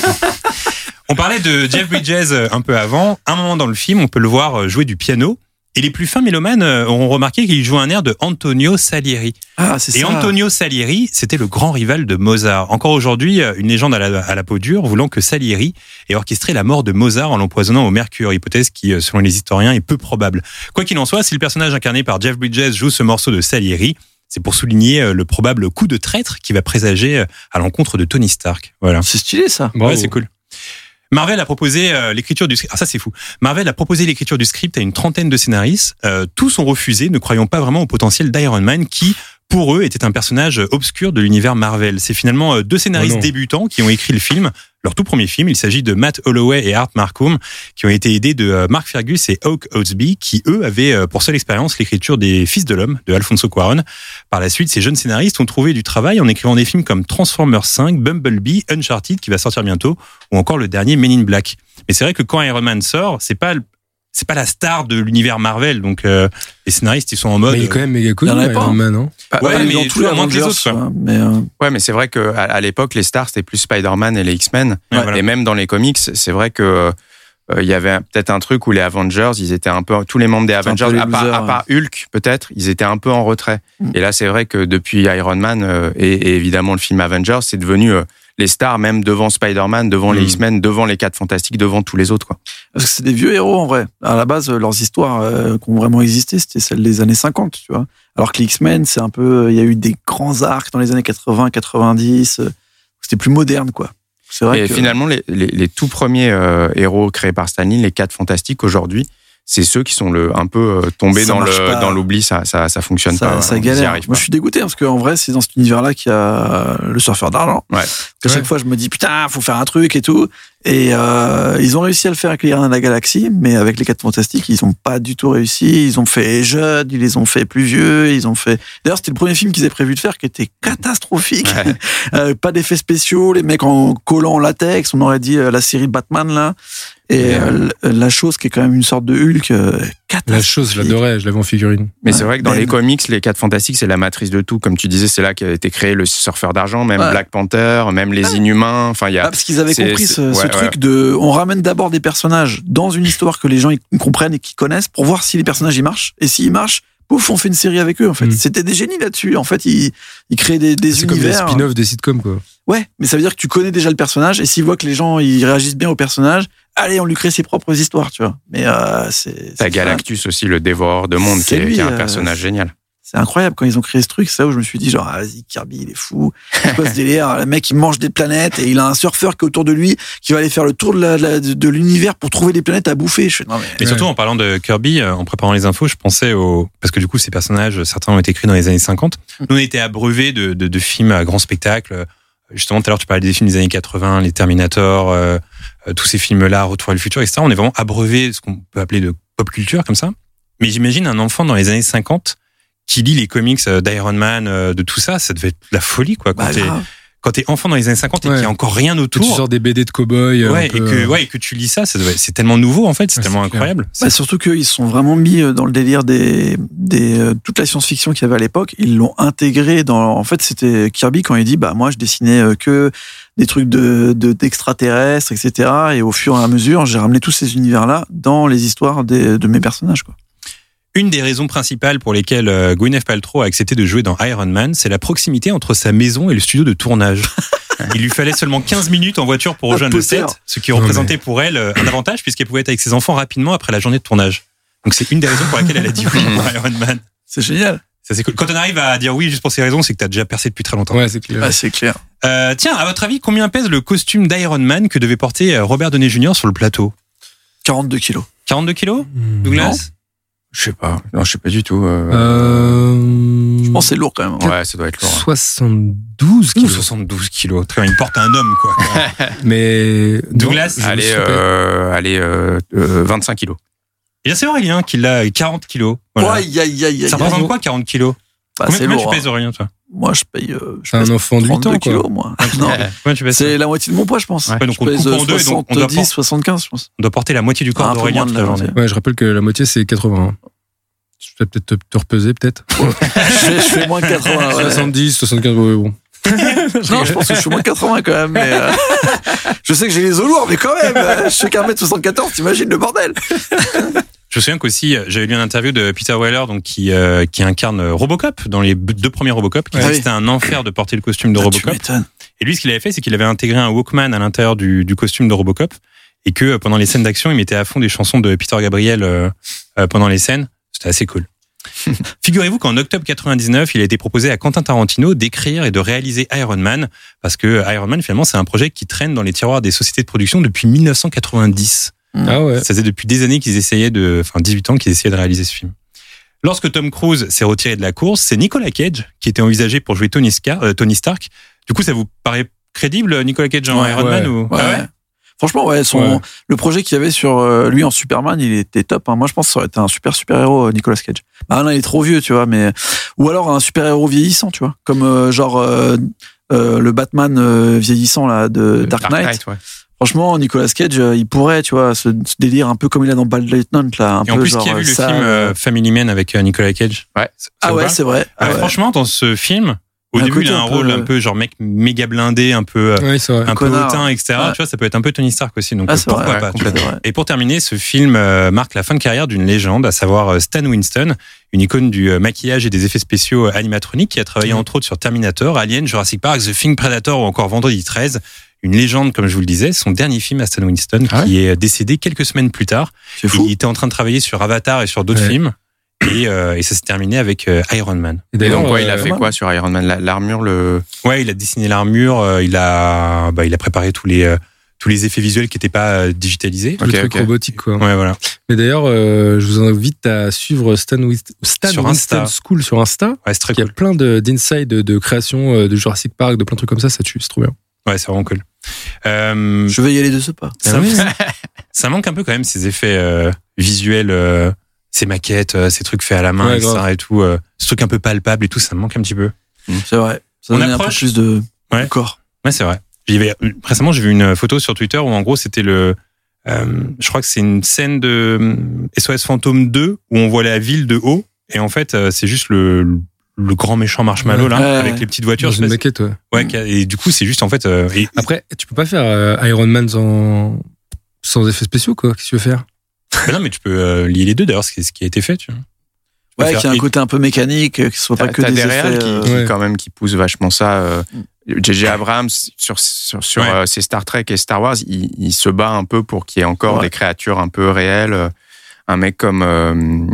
On parlait de Jeff Bridges un peu avant. Un moment dans le film, on peut le voir jouer du piano. Et les plus fins mélomanes auront remarqué qu'il joue un air de Antonio Salieri. Ah, c'est ça. Et Antonio Salieri, c'était le grand rival de Mozart. Encore aujourd'hui, une légende à la peau dure, voulant que Salieri ait orchestré la mort de Mozart en l'empoisonnant au mercure, hypothèse qui, selon les historiens, est peu probable. Quoi qu'il en soit, si le personnage incarné par Jeff Bridges joue ce morceau de Salieri, c'est pour souligner le probable coup de traître qui va présager à l'encontre de Tony Stark. Voilà. C'est stylé, ça. Ouais, c'est cool. Marvel a proposé l'écriture du script. Ah, ça c'est fou. Marvel a proposé l'écriture du script à une trentaine de scénaristes. Tous ont refusé, ne croyant pas vraiment au potentiel d'Iron Man qui, pour eux, était un personnage obscur de l'univers Marvel. C'est finalement deux scénaristes débutants qui ont écrit le film. Leur tout premier film, il s'agit de Matt Holloway et Art Marcum, qui ont été aidés de Mark Fergus et Hawk Oatsby, qui eux avaient pour seule expérience l'écriture des Fils de l'Homme de Alfonso Cuarón. Par la suite, ces jeunes scénaristes ont trouvé du travail en écrivant des films comme Transformers 5, Bumblebee, Uncharted, qui va sortir bientôt, ou encore le dernier Men in Black. Mais c'est vrai que quand Iron Man sort, c'est pas la star de l'univers Marvel, donc les scénaristes ils sont en mode. Mais il est quand même méga cool, Iron Man, non? Ouais, mais tous moins que les autres, quoi. Ouais, mais c'est vrai que à l'époque les stars c'était plus Spider-Man et les X-Men, et même dans les comics, c'est vrai que il y avait peut-être un truc où les Avengers, ils étaient un peu tous les membres des Avengers, à part Hulk peut-être, ils étaient un peu en retrait. Et là, c'est vrai que depuis Iron Man et évidemment le film Avengers, c'est devenu les stars même devant Spider-Man, devant les X-Men, devant les 4 Fantastiques, devant tous les autres, quoi. Parce que c'est des vieux héros en vrai. À la base, leurs histoires qui ont vraiment existé, c'était celles des années 50, tu vois. Alors que les X-Men, c'est un peu, il y a eu des grands arcs dans les années 80, 90. C'était plus moderne, quoi. C'est vrai et finalement, les tout premiers héros créés par Stan Lee, les 4 Fantastiques aujourd'hui, c'est ceux qui sont un peu tombés dans l'oubli. Ça fonctionne pas. Ça galère. Moi, je suis dégoûté parce qu'en vrai, c'est dans cet univers-là qu'il y a le surfeur d'argent. Ouais. À chaque fois, je me dis putain, faut faire un truc et tout. Et ils ont réussi à le faire avec les Gardiens de la Galaxie, mais avec les 4 Fantastiques, ils ont pas du tout réussi. Ils ont fait jeunes, ils les ont fait plus vieux, ils ont fait. D'ailleurs, c'était le premier film qu'ils avaient prévu de faire, qui était catastrophique. Ouais. Pas d'effets spéciaux, les mecs en collant en latex. On aurait dit la série Batman là. Et la chose qui est quand même une sorte de Hulk La chose, je l'adorais, je l'avais en figurine. Mais c'est vrai que dans les comics, les 4 Fantastiques, c'est la matrice de tout. Comme tu disais, c'est là qu'a été créé le surfeur d'argent, même Black Panther, même les Inhumains. Enfin, il y a. Parce qu'ils avaient compris ce truc de, on ramène d'abord des personnages dans une histoire que les gens ils comprennent et qu'ils connaissent pour voir si les personnages ils marchent. Et s'ils marchent, pouf, on fait une série avec eux, en fait. C'était des génies là-dessus. En fait, ils créent des univers. C'est comme des spin-offs des sitcoms, quoi. Ouais, mais ça veut dire que tu connais déjà le personnage, et s'ils voient que les gens, ils réagissent bien au personnage, allez, on lui crée ses propres histoires, tu vois. Mais T'as Galactus aussi, le dévoreur de monde, qui est un personnage génial. C'est incroyable quand ils ont créé ce truc. C'est là où je me suis dit genre vas-y, Kirby il est fou. C'est quoi ce délire? Le mec il mange des planètes et il a un surfeur qui est autour de lui qui va aller faire le tour de l'univers pour trouver des planètes à bouffer. Mais surtout en parlant de Kirby, en préparant les infos, je pensais parce que du coup ces personnages, certains ont été écrits dans les années 50. Nous on était abreuvés de films à grand spectacle. Justement tout à l'heure tu parlais des films des années 80, les Terminator, tous ces films-là, Retour vers le futur, etc. On est vraiment abreuvés de ce qu'on peut appeler de pop culture comme ça. Mais j'imagine un enfant dans les années 50 qui lit les comics d'Iron Man, de tout ça, ça devait être la folie, quoi. Quand t'es enfant dans les années 50 et qu'il y a encore rien autour. Tu sors des BD de cow-boy. Et que tu lis ça, c'est tellement nouveau, en fait, c'est tellement incroyable. Surtout qu'ils se sont vraiment mis dans le délire toute la science-fiction qu'il y avait à l'époque. Ils l'ont intégré en fait, c'était Kirby quand il dit, moi, je dessinais que des trucs d'extraterrestres, etc. Et au fur et à mesure, j'ai ramené tous ces univers-là dans les histoires de mes personnages, quoi. Une des raisons principales pour lesquelles Gwyneth Paltrow a accepté de jouer dans Iron Man, c'est la proximité entre sa maison et le studio de tournage. Il lui fallait seulement 15 minutes en voiture pour rejoindre le set, ce qui représentait pour elle un avantage puisqu'elle pouvait être avec ses enfants rapidement après la journée de tournage. Donc c'est une des raisons pour laquelle elle a dit oui pour Iron Man. C'est génial. Ça, c'est cool. Quand on arrive à dire oui juste pour ces raisons, c'est que t'as déjà percé depuis très longtemps. Ouais, c'est clair. C'est clair. Tiens, à votre avis, combien pèse le costume d'Iron Man que devait porter Robert Downey Jr. sur le plateau? 42 kilos. 42 kilos, Douglas? Je sais pas. Non, je sais pas du tout. Je pense que c'est lourd quand même. Ouais, ça doit être lourd. 72 kilos. 72 kilos. Très bien, il porte un homme, quoi. Mais Douglas, allez, 25 kilos. Et bien, c'est Aurélien qui l'a 40 kilos. Voilà. Ça représente quoi, 40 kilos? C'est combien lourd, tu payes, Aurélien, toi? Moi, je paye. Un enfant de 8 ans, kilos, quoi. moi. Non, combien tu payes? C'est la moitié de mon poids, je pense. Ouais, donc je on pèse coupe en deux, et donc on doit 70, 75, je pense. On doit porter la moitié du corps d'Aurélien toute la journée. Ouais, je rappelle que la moitié, c'est 80. Je vais peut-être te repeser, peut-être. je fais moins de 80. Ouais. 70, 75, ouais, bon. Non, je pense que je suis moins de 80 quand même. Mais je sais que j'ai les os lourds, mais quand même, je fais qu'un mètre 74, t'imagines le bordel. Je me souviens qu'aussi, j'avais lu une interview de Peter Weller, donc qui incarne Robocop dans les 2 premiers Robocop, qui disait que c'était un enfer de porter le costume de Robocop. Et lui, ce qu'il avait fait, c'est qu'il avait intégré un Walkman à l'intérieur du costume de Robocop, et que pendant les scènes d'action, il mettait à fond des chansons de Peter Gabriel pendant les scènes. C'était assez cool. Figurez-vous qu'en octobre 99, il a été proposé à Quentin Tarantino d'écrire et de réaliser Iron Man, parce que Iron Man, finalement, c'est un projet qui traîne dans les tiroirs des sociétés de production depuis 1990. Ah ouais. Ça faisait depuis des années 18 ans qu'ils essayaient de réaliser ce film. Lorsque Tom Cruise s'est retiré de la course, c'est Nicolas Cage qui était envisagé pour jouer Tony Stark. Du coup, ça vous paraît crédible, Nicolas Cage en Iron Man ou... Ouais. Franchement, le projet qu'il y avait sur lui en Superman, il était top. Hein. Moi, je pense que ça aurait été un super-héros, Nicolas Cage. Non, il est trop vieux, tu vois, mais ou alors un super-héros vieillissant, tu vois, comme le Batman vieillissant là de Dark Knight. Ouais. Franchement, Nicolas Cage, il pourrait, tu vois, ce délire un peu comme il a dans Bad Lieutenant là. Et en plus, qui a vu le film Family Man avec Nicolas Cage? Ouais. C'est vrai. Franchement, dans ce film. Au début, il a un rôle un peu genre mec méga blindé, un peu hautain, etc. Ouais. Tu vois, ça peut être un peu Tony Stark aussi. Donc pourquoi pas. Et pour terminer, ce film marque la fin de carrière d'une légende, à savoir Stan Winston, une icône du maquillage et des effets spéciaux animatroniques, qui a travaillé entre autres sur Terminator, Alien, Jurassic Park, The Thing, Predator ou encore Vendredi 13. Une légende, comme je vous le disais, son dernier film à Stan Winston, qui est décédé quelques semaines plus tard. C'est fou. Il était en train de travailler sur Avatar et sur d'autres films. Et ça s'est terminé avec Iron Man. Et d'ailleurs, il a fait quoi sur Iron Man? L'armure, Ouais, il a dessiné l'armure, il a préparé tous les effets visuels qui n'étaient pas digitalisés. Le truc robotique, quoi. Ouais, voilà. Mais d'ailleurs, je vous invite à suivre Stan Winston School sur Insta. Ouais, c'est très cool. Il y a plein d'insights de création de Jurassic Park, de plein de trucs comme ça tue, c'est trop bien. Ouais, c'est vraiment cool. Je vais y aller de ce pas. Ça manque un peu quand même ces effets visuels, ces maquettes, ces trucs faits à la main, etc. et tout, ce truc un peu palpable et tout, ça me manque un petit peu. C'est vrai. Ça donne un peu plus de corps. Ouais, c'est vrai. Récemment, j'ai vu une photo sur Twitter où en gros c'était je crois que c'est une scène de SOS Fantôme 2 où on voit la ville de haut et en fait c'est juste le grand méchant marshmallow avec les petites voitures. Dans une maquette, ouais. Et du coup c'est juste en fait. Après, tu peux pas faire Iron Man sans effets spéciaux, quoi. Qu'est-ce que tu veux faire? Non, mais tu peux lier les deux. D'ailleurs, ce qui a été fait, tu vois. Ouais, qui a un côté un peu mécanique, que ce soit pas que des effets. qui pousse vachement ça. J.J. Abrams sur ses Star Trek et Star Wars, il se bat un peu pour qu'il y ait encore des créatures un peu réelles. Un mec comme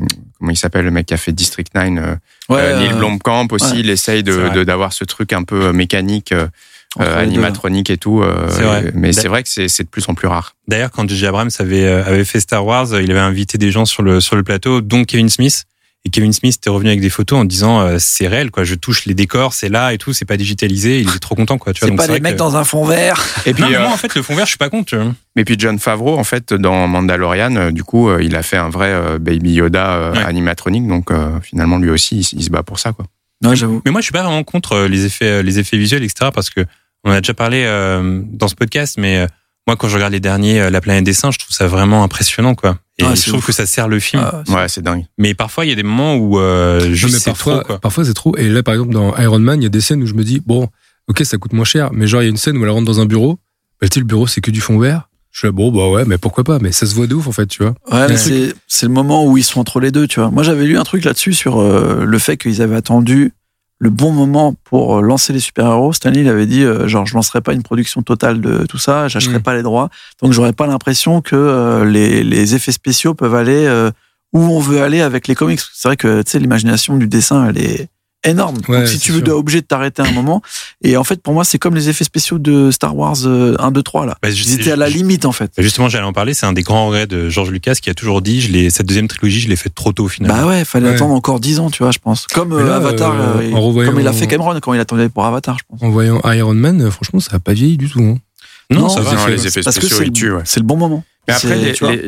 comment il s'appelle, le mec qui a fait District 9, Neil Blomkamp aussi, il essaye d'avoir ce truc un peu mécanique, animatronique et tout. C'est vrai. Mais c'est vrai que c'est de plus en plus rare. D'ailleurs, quand J.J. Abrams avait fait Star Wars, il avait invité des gens sur le plateau, dont Kevin Smith. Et Kevin Smith était revenu avec des photos en disant c'est réel, quoi. Je touche les décors, c'est là et tout, c'est pas digitalisé. Il est trop content, quoi. Tu vois, C'est donc pas des mecs dans un fond vert. Et puis, non, mais moi, en fait, le fond vert, je suis pas contre. Mais puis Jon Favreau, en fait, dans Mandalorian, du coup, il a fait un vrai Baby Yoda animatronique. Donc, finalement, lui aussi, il se bat pour ça, quoi. Ouais, j'avoue. Mais moi, je suis pas vraiment contre les effets visuels, etc. Parce que on a déjà parlé dans ce podcast, mais moi, quand je regarde les derniers, La Planète des Singes, je trouve ça vraiment impressionnant, quoi. Et je trouve que ça sert le film. Ouais, c'est dingue. Mais parfois, il y a des moments où juste c'est trop, quoi. Parfois, c'est trop. Et là, par exemple, dans Iron Man, il y a des scènes où je me dis, bon, ok, ça coûte moins cher, mais genre, il y a une scène où elle rentre dans un bureau, bah, tu sais, le bureau, c'est que du fond vert. Je suis là, bon, bah ouais, mais pourquoi pas? Mais ça se voit de ouf, en fait, tu vois. Ouais, mais c'est le moment où ils sont entre les deux, tu vois. Moi, j'avais lu un truc là-dessus sur le fait qu'ils avaient attendu le bon moment pour lancer les super-héros. Stanley, il avait dit, genre, je lancerai pas une production totale de tout ça, j'achèterai pas les droits, donc j'aurais pas l'impression que les effets spéciaux peuvent aller où on veut aller avec les comics. C'est vrai que, tu sais, l'imagination du dessin, elle est énorme. Ouais, donc si tu veux, tu es obligé de t'arrêter un moment. Et en fait, pour moi, c'est comme les effets spéciaux de Star Wars 1, 2, 3, là. Ils étaient à la limite, en fait. Justement, j'allais en parler, c'est un des grands regrets de George Lucas qui a toujours dit, cette deuxième trilogie, je l'ai faite trop tôt, finalement. Bah ouais, fallait attendre encore 10 ans, tu vois, je pense. Comme là, Avatar, comme il a fait Cameron quand il attendait pour Avatar, je pense. En voyant Iron Man, franchement, ça a pas vieilli du tout. Hein. Non, ça va. Les effets spéciaux, ils tuent, ouais. C'est le bon moment. Mais après,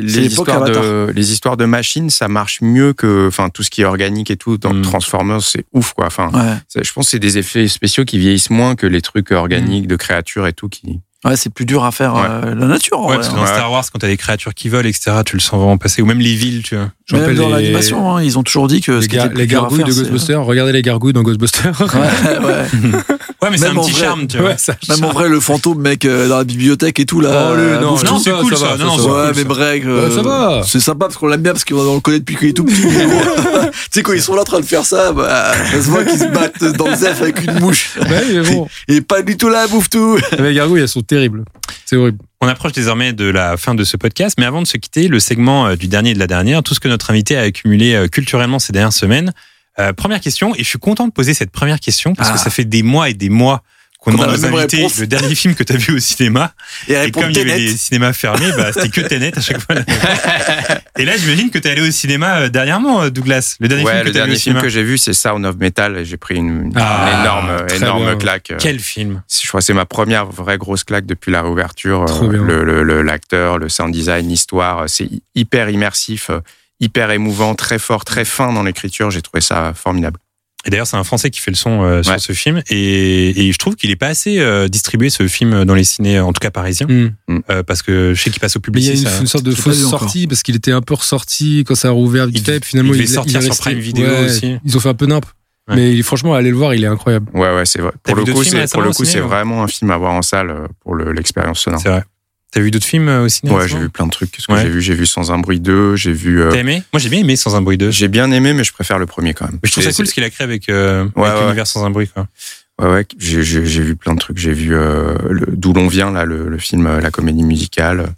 les histoires de machines, ça marche mieux que, enfin, tout ce qui est organique et tout. Dans Transformers, c'est ouf, quoi. Enfin, je pense que c'est des effets spéciaux qui vieillissent moins que les trucs organiques de créatures et tout qui. Ouais, c'est plus dur à faire la nature. Ouais, parce que dans Star Wars, quand t'as des créatures qui volent, etc., tu le sens vraiment passer. Ou même les villes, tu vois. Même dans l'animation, hein, ils ont toujours dit que les gargouilles de Ghostbusters. Regardez les gargouilles dans Ghostbusters. Ouais, mais c'est un petit charme, tu vois. Même en vrai, le fantôme, mec, dans la bibliothèque et tout, là. Non, c'est cool, ça. Ouais, mais bref. Ça va. C'est sympa parce qu'on l'aime bien parce qu'on le connaît depuis qu'il est tout petit. Tu sais, quand ils sont là en train de faire ça, ça se voit qu'ils se battent dans le zef avec une mouche. Et pas du tout là, bouffe tout. Les gargouilles, elles sont terribles. C'est horrible. On approche désormais de la fin de ce podcast, mais avant de se quitter, le segment du dernier et de la dernière, tout ce que notre invité a accumulé culturellement ces dernières semaines. Première question, et je suis content de poser cette première question parce que ça fait des mois et des mois qu'on demande aux invités le dernier film que tu as vu au cinéma. Et comme il y avait des cinémas fermés, c'était que Tenet à chaque fois. Et là, j'imagine que tu es allé au cinéma dernièrement, Douglas. Le dernier film que tu as vu au cinéma. Que j'ai vu, c'est Sound of Metal et j'ai pris une énorme claque. Quel film? Je crois que c'est ma première vraie grosse claque depuis la réouverture. L'acteur, le sound design, l'histoire, c'est hyper immersif, hyper émouvant, très fort, très fin dans l'écriture. J'ai trouvé ça formidable. Et d'ailleurs, c'est un Français qui fait le son sur ce film. Et je trouve qu'il n'est pas assez distribué, ce film, dans les cinés, en tout cas parisiens. Parce que je sais qu'il passe au public. Il y a une sorte de fausse sortie, parce qu'il était un peu ressorti quand ça a rouvert vite fait. Finalement, il devait sortir sur Prime Video aussi. Ils ont fait un peu nimp. Ouais. Mais franchement, allez le voir, il est incroyable. Ouais, c'est vrai. Pour le coup, c'est vraiment un film à voir en salle pour l'expérience sonore. C'est vrai. T'as vu d'autres films au ciné? Ouais, j'ai vu plein de trucs. Qu'est-ce que j'ai vu Sans un bruit 2, j'ai vu... T'as aimé? Moi, j'ai bien aimé Sans un bruit 2. J'ai bien aimé, mais je préfère le premier quand même. Mais je trouve ça cool ce qu'il a créé avec l'univers Sans un bruit, quoi. Ouais, j'ai vu plein de trucs. J'ai vu D'où l'on vient, là, le film, la comédie musicale.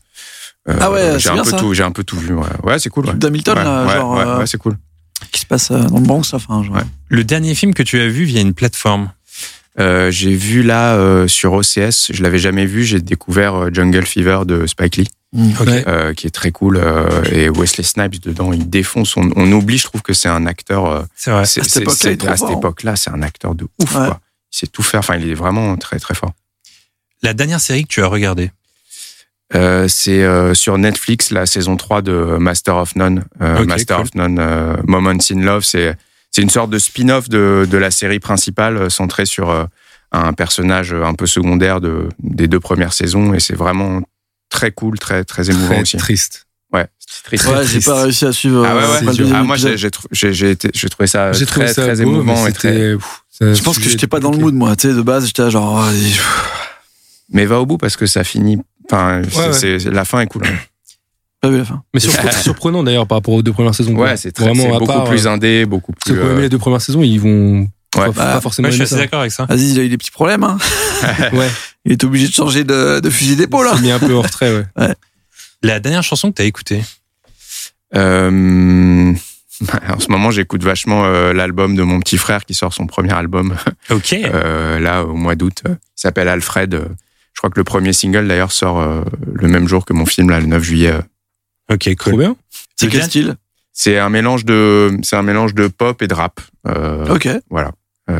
J'ai un peu tout vu. Ouais, c'est cool. D'Hamilton, là, ouais, c'est cool. Qui se passe dans le Bronx, enfin. Le dernier film que tu as vu via une plateforme? J'ai vu là sur OCS, je l'avais jamais vu, j'ai découvert Jungle Fever de Spike Lee, qui est très cool, et Wesley Snipes dedans, il défonce. On oublie, je trouve que c'est un acteur. C'est vrai. À cette époque-là, c'est un acteur de ouf. Quoi. Il sait tout faire. Enfin, il est vraiment très très fort. La dernière série que tu as regardée? C'est sur Netflix, la saison 3 de Master of None. Of None, Moments in Love, c'est une sorte de spin-off de la série principale, centrée sur un personnage un peu secondaire des 2 premières saisons, et c'est vraiment très cool, très très émouvant aussi. Triste. Ouais, c'est triste. Ouais, j'ai pas réussi à suivre. Moi, j'ai trouvé ça très émouvant et très. Je pense que j'étais pas dans le mood, moi. Tu sais, de base, j'étais genre. Mais va au bout parce que ça finit. Enfin, la fin est cool. Pas vu la fin. Mais surprenant d'ailleurs par rapport aux 2 premières saisons. Ouais, c'est beaucoup plus indé, beaucoup plus. Ceux qui ont aimé les 2 premières saisons, ils vont pas forcément. Moi, je suis assez d'accord avec ça. Aziz, il a eu des petits problèmes. Hein. Ouais. Il est obligé de changer de fusil d'épaule. Il s'est mis un peu en retrait, ouais. La dernière chanson que t'as écoutée? En ce moment, j'écoute vachement l'album de mon petit frère qui sort son premier album. Ok. Là, au mois d'août. Il s'appelle Alfred. Je crois que le premier single, d'ailleurs, sort le même jour que mon film, là, le 9 juillet. Ok, cool. Trop bien. C'est quel style? C'est un mélange de pop et de rap. Ok. Voilà.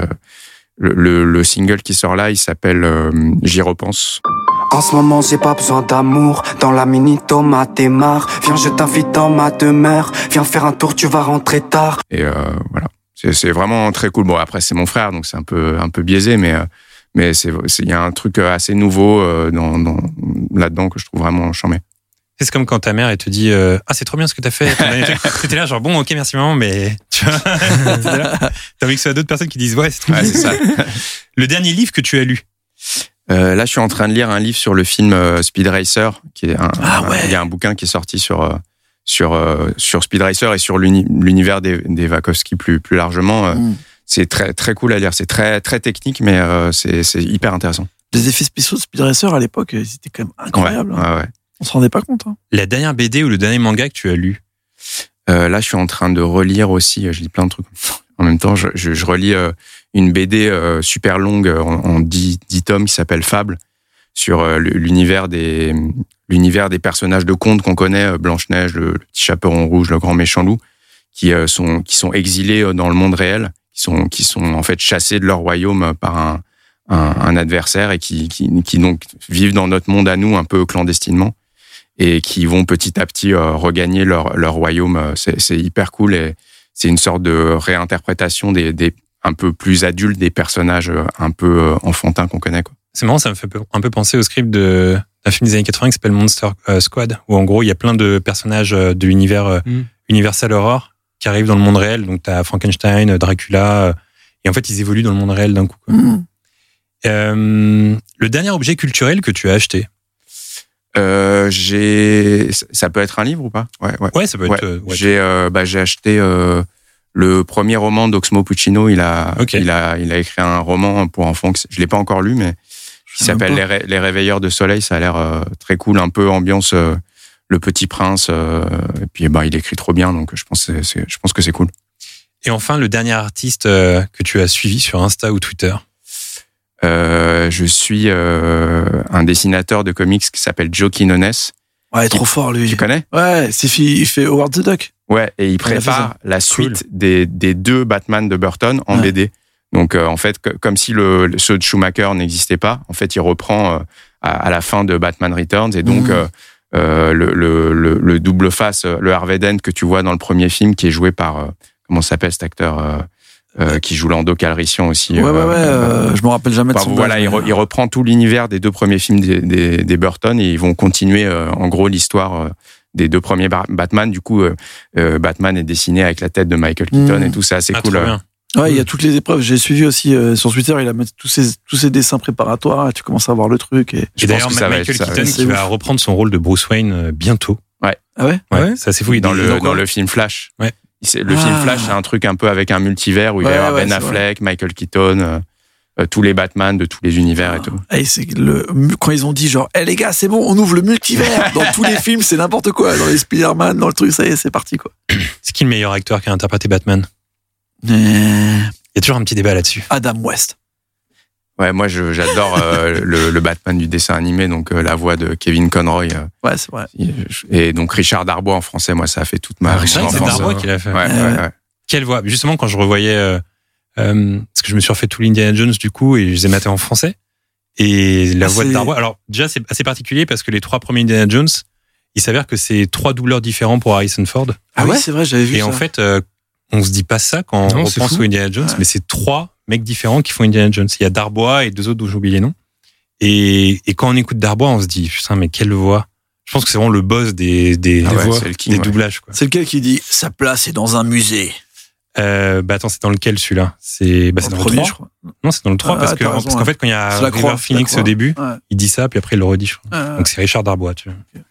Le single qui sort là, il s'appelle J'y repense. En ce moment j'ai pas besoin d'amour. Dans la mini tomate et marre. Viens je t'invite dans ma demeure. Viens faire un tour, tu vas rentrer tard. Et voilà. C'est vraiment très cool. Bon, après c'est mon frère, donc c'est un peu biaisé, mais il y a un truc assez nouveau là-dedans que je trouve vraiment charmé. C'est comme quand ta mère elle te dit c'est trop bien ce que t'as fait. T'étais là genre bon ok merci maman, mais tu vois t'as envie que ce soit d'autres personnes qui disent ouais c'est trop bien. C'est ça. Le dernier livre que tu as lu? Là, je suis en train de lire un livre sur le film Speed Racer, qui est il y a un bouquin qui est sorti sur Speed Racer et sur l'univers des Wachowski plus largement. C'est très très cool à lire. C'est très très technique, mais c'est hyper intéressant. Les effets spéciaux de Speed Racer à l'époque, c'était quand même incroyable. Ouais. On se rendait pas compte. Hein. La dernière BD ou le dernier manga que tu as lu? Là, je suis en train de relire aussi. Je lis plein de trucs en même temps. Je relis une BD super longue en 10 tomes qui s'appelle Fable, sur l'univers des personnages de contes qu'on connaît, Blanche-Neige, le petit chaperon rouge, le grand méchant loup, qui sont exilés dans le monde réel, qui sont en fait chassés de leur royaume par un adversaire et qui donc vivent dans notre monde à nous un peu clandestinement et qui vont petit à petit regagner leur royaume. C'est hyper cool et c'est une sorte de réinterprétation des un peu plus adultes des personnages un peu enfantins qu'on connaît, quoi. C'est marrant, ça me fait un peu penser au script d'un film des années 80 qui s'appelle Monster Squad, où en gros il y a plein de personnages de l'univers Universal Horror qui arrivent dans le monde réel. Donc t'as Frankenstein, Dracula, et en fait ils évoluent dans le monde réel d'un coup, quoi. Le dernier objet culturel que tu as acheté? Ça peut être un livre ou pas? Ouais, ça peut être. J'ai acheté le premier roman d'Oxmo Puccino. Il a écrit un roman pour enfants. Je l'ai pas encore lu, mais qui s'appelle Les Réveilleurs de Soleil. Ça a l'air très cool, un peu ambiance Le Petit Prince. Et puis il écrit trop bien, donc je pense que c'est cool. Et enfin, le dernier artiste que tu as suivi sur Insta ou Twitter? Je suis un dessinateur de comics qui s'appelle Joe Quinones. Ouais, trop fort lui. Tu connais? Ouais, il fait Howard the Duck. Ouais, et il prépare la suite des deux Batman de Burton en BD. Donc en fait, comme si ceux de Schumacher n'existaient pas, en fait, il reprend à la fin de Batman Returns et donc le double face, le Harvey Dent que tu vois dans le premier film, qui est joué par comment s'appelle cet acteur qui joue Lando Calrissian aussi. Je me rappelle jamais de son nom. Voilà, il reprend tout l'univers des deux premiers films des Burton et ils vont continuer en gros l'histoire des deux premiers Batman. Du coup, Batman est dessiné avec la tête de Michael Keaton et tout, c'est assez cool. Ouais, il y a toutes les épreuves. J'ai suivi aussi sur Twitter, il a mis tous ses dessins préparatoires. Et tu commences à voir le truc. Et d'ailleurs, Michael Keaton qui va reprendre son rôle de Bruce Wayne bientôt. Ouais. Ah ouais? Ouais, ça c'est fou. Dans le film Flash. Ouais. Le film Flash, c'est un truc un peu avec un multivers où il va y avoir Ben Affleck, Michael Keaton, tous les Batman de tous les univers et tout. Et quand ils ont dit genre, les gars, c'est bon, on ouvre le multivers dans tous les films, c'est n'importe quoi. Dans les Spider-Man, dans le truc, ça y est, c'est parti, quoi. C'est qui le meilleur acteur qui a interprété Batman? Il y a toujours un petit débat là-dessus. Adam West. Ouais, moi j'adore le Batman du dessin animé, donc la voix de Kevin Conroy. Ouais, c'est vrai. Et donc Richard Darbois en français, moi ça a fait toute ma enfance. C'est Darbois qui l'a fait. Ouais. Quelle voix? Justement, quand je revoyais, parce que je me suis refait tout l'Indiana Jones du coup, et je les ai matés en français. Et la voix de Darbois. Alors déjà c'est assez particulier parce que les 3 premiers Indiana Jones, il s'avère que c'est 3 doubleurs différents pour Harrison Ford. Ah oui, c'est vrai, j'avais vu ça. Et en fait, on se dit pas ça quand on repense au Indiana Jones, mais c'est 3 mecs différents qui font Indiana Jones. Il y a Darbois et 2 autres dont j'ai oublié les noms. Et quand on écoute Darbois, on se dit, putain, mais quelle voix. Je pense que c'est vraiment le boss des voix, des doublages, quoi. C'est lequel qui dit, sa place est dans un musée? Attends, c'est dans lequel celui-là? C'est dans le 3, je crois. Non, c'est dans le 3 parce qu'en fait, quand il y a River Phoenix au début, il dit ça, puis après il le redit, je crois. Donc c'est Richard Darbois, tu vois. Okay.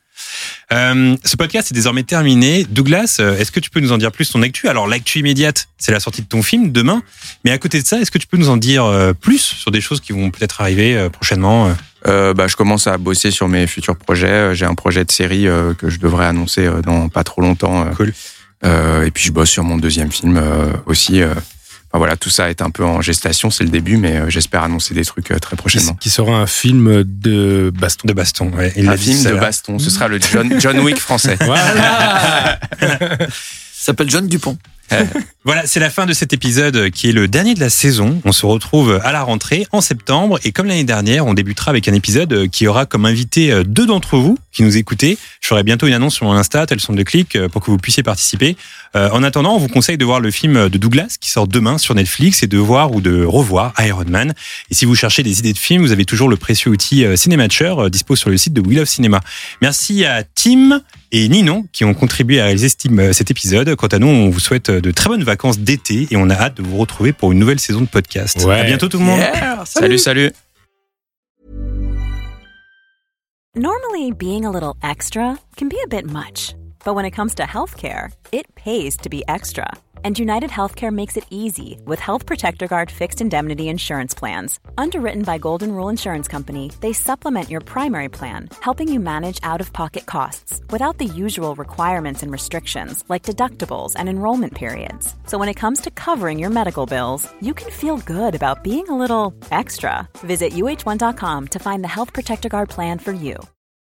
Ce podcast est désormais terminé. Douglas, est-ce que tu peux nous en dire plus ton actu? Alors l'actu immédiate, c'est la sortie de ton film demain, mais à côté de ça, est-ce que tu peux nous en dire plus sur des choses qui vont peut-être arriver prochainement? Je commence à bosser sur mes futurs projets. J'ai un projet de série que je devrais annoncer dans pas trop longtemps. Cool. Et puis je bosse sur mon deuxième film aussi. Voilà, tout ça est un peu en gestation, c'est le début, mais j'espère annoncer des trucs très prochainement. Qui sera un film de baston. De baston, ouais. Un film de baston, ce sera le John Wick français. Voilà. Ça s'appelle John Dupont. Voilà, c'est la fin de cet épisode qui est le dernier de la saison. On se retrouve à la rentrée en septembre et comme l'année dernière, on débutera avec un épisode qui aura comme invité 2 d'entre vous qui nous écoutez. Je ferai bientôt une annonce sur mon Insta, tel son de clic, pour que vous puissiez participer. En attendant, on vous conseille de voir le film de Douglas qui sort demain sur Netflix et de voir ou de revoir Iron Man. Et si vous cherchez des idées de films, vous avez toujours le précieux outil Cinématcher dispo sur le site de We Love Cinéma. Merci à Tim et Ninon qui ont contribué à réaliser cet épisode. Quant à nous, on vous souhaite de très bonnes vacances d'été et on a hâte de vous retrouver pour une nouvelle saison de podcast. Ouais. À bientôt tout le monde. Yeah, Salut. Normally, being a little extra can be a bit much, but when it comes to healthcare, it pays to be extra. And United Healthcare makes it easy with Health Protector Guard fixed indemnity insurance plans. Underwritten by Golden Rule Insurance Company, they supplement your primary plan, helping you manage out-of-pocket costs without the usual requirements and restrictions like deductibles and enrollment periods. So when it comes to covering your medical bills, you can feel good about being a little extra. Visit uh1.com to find the Health Protector Guard plan for you.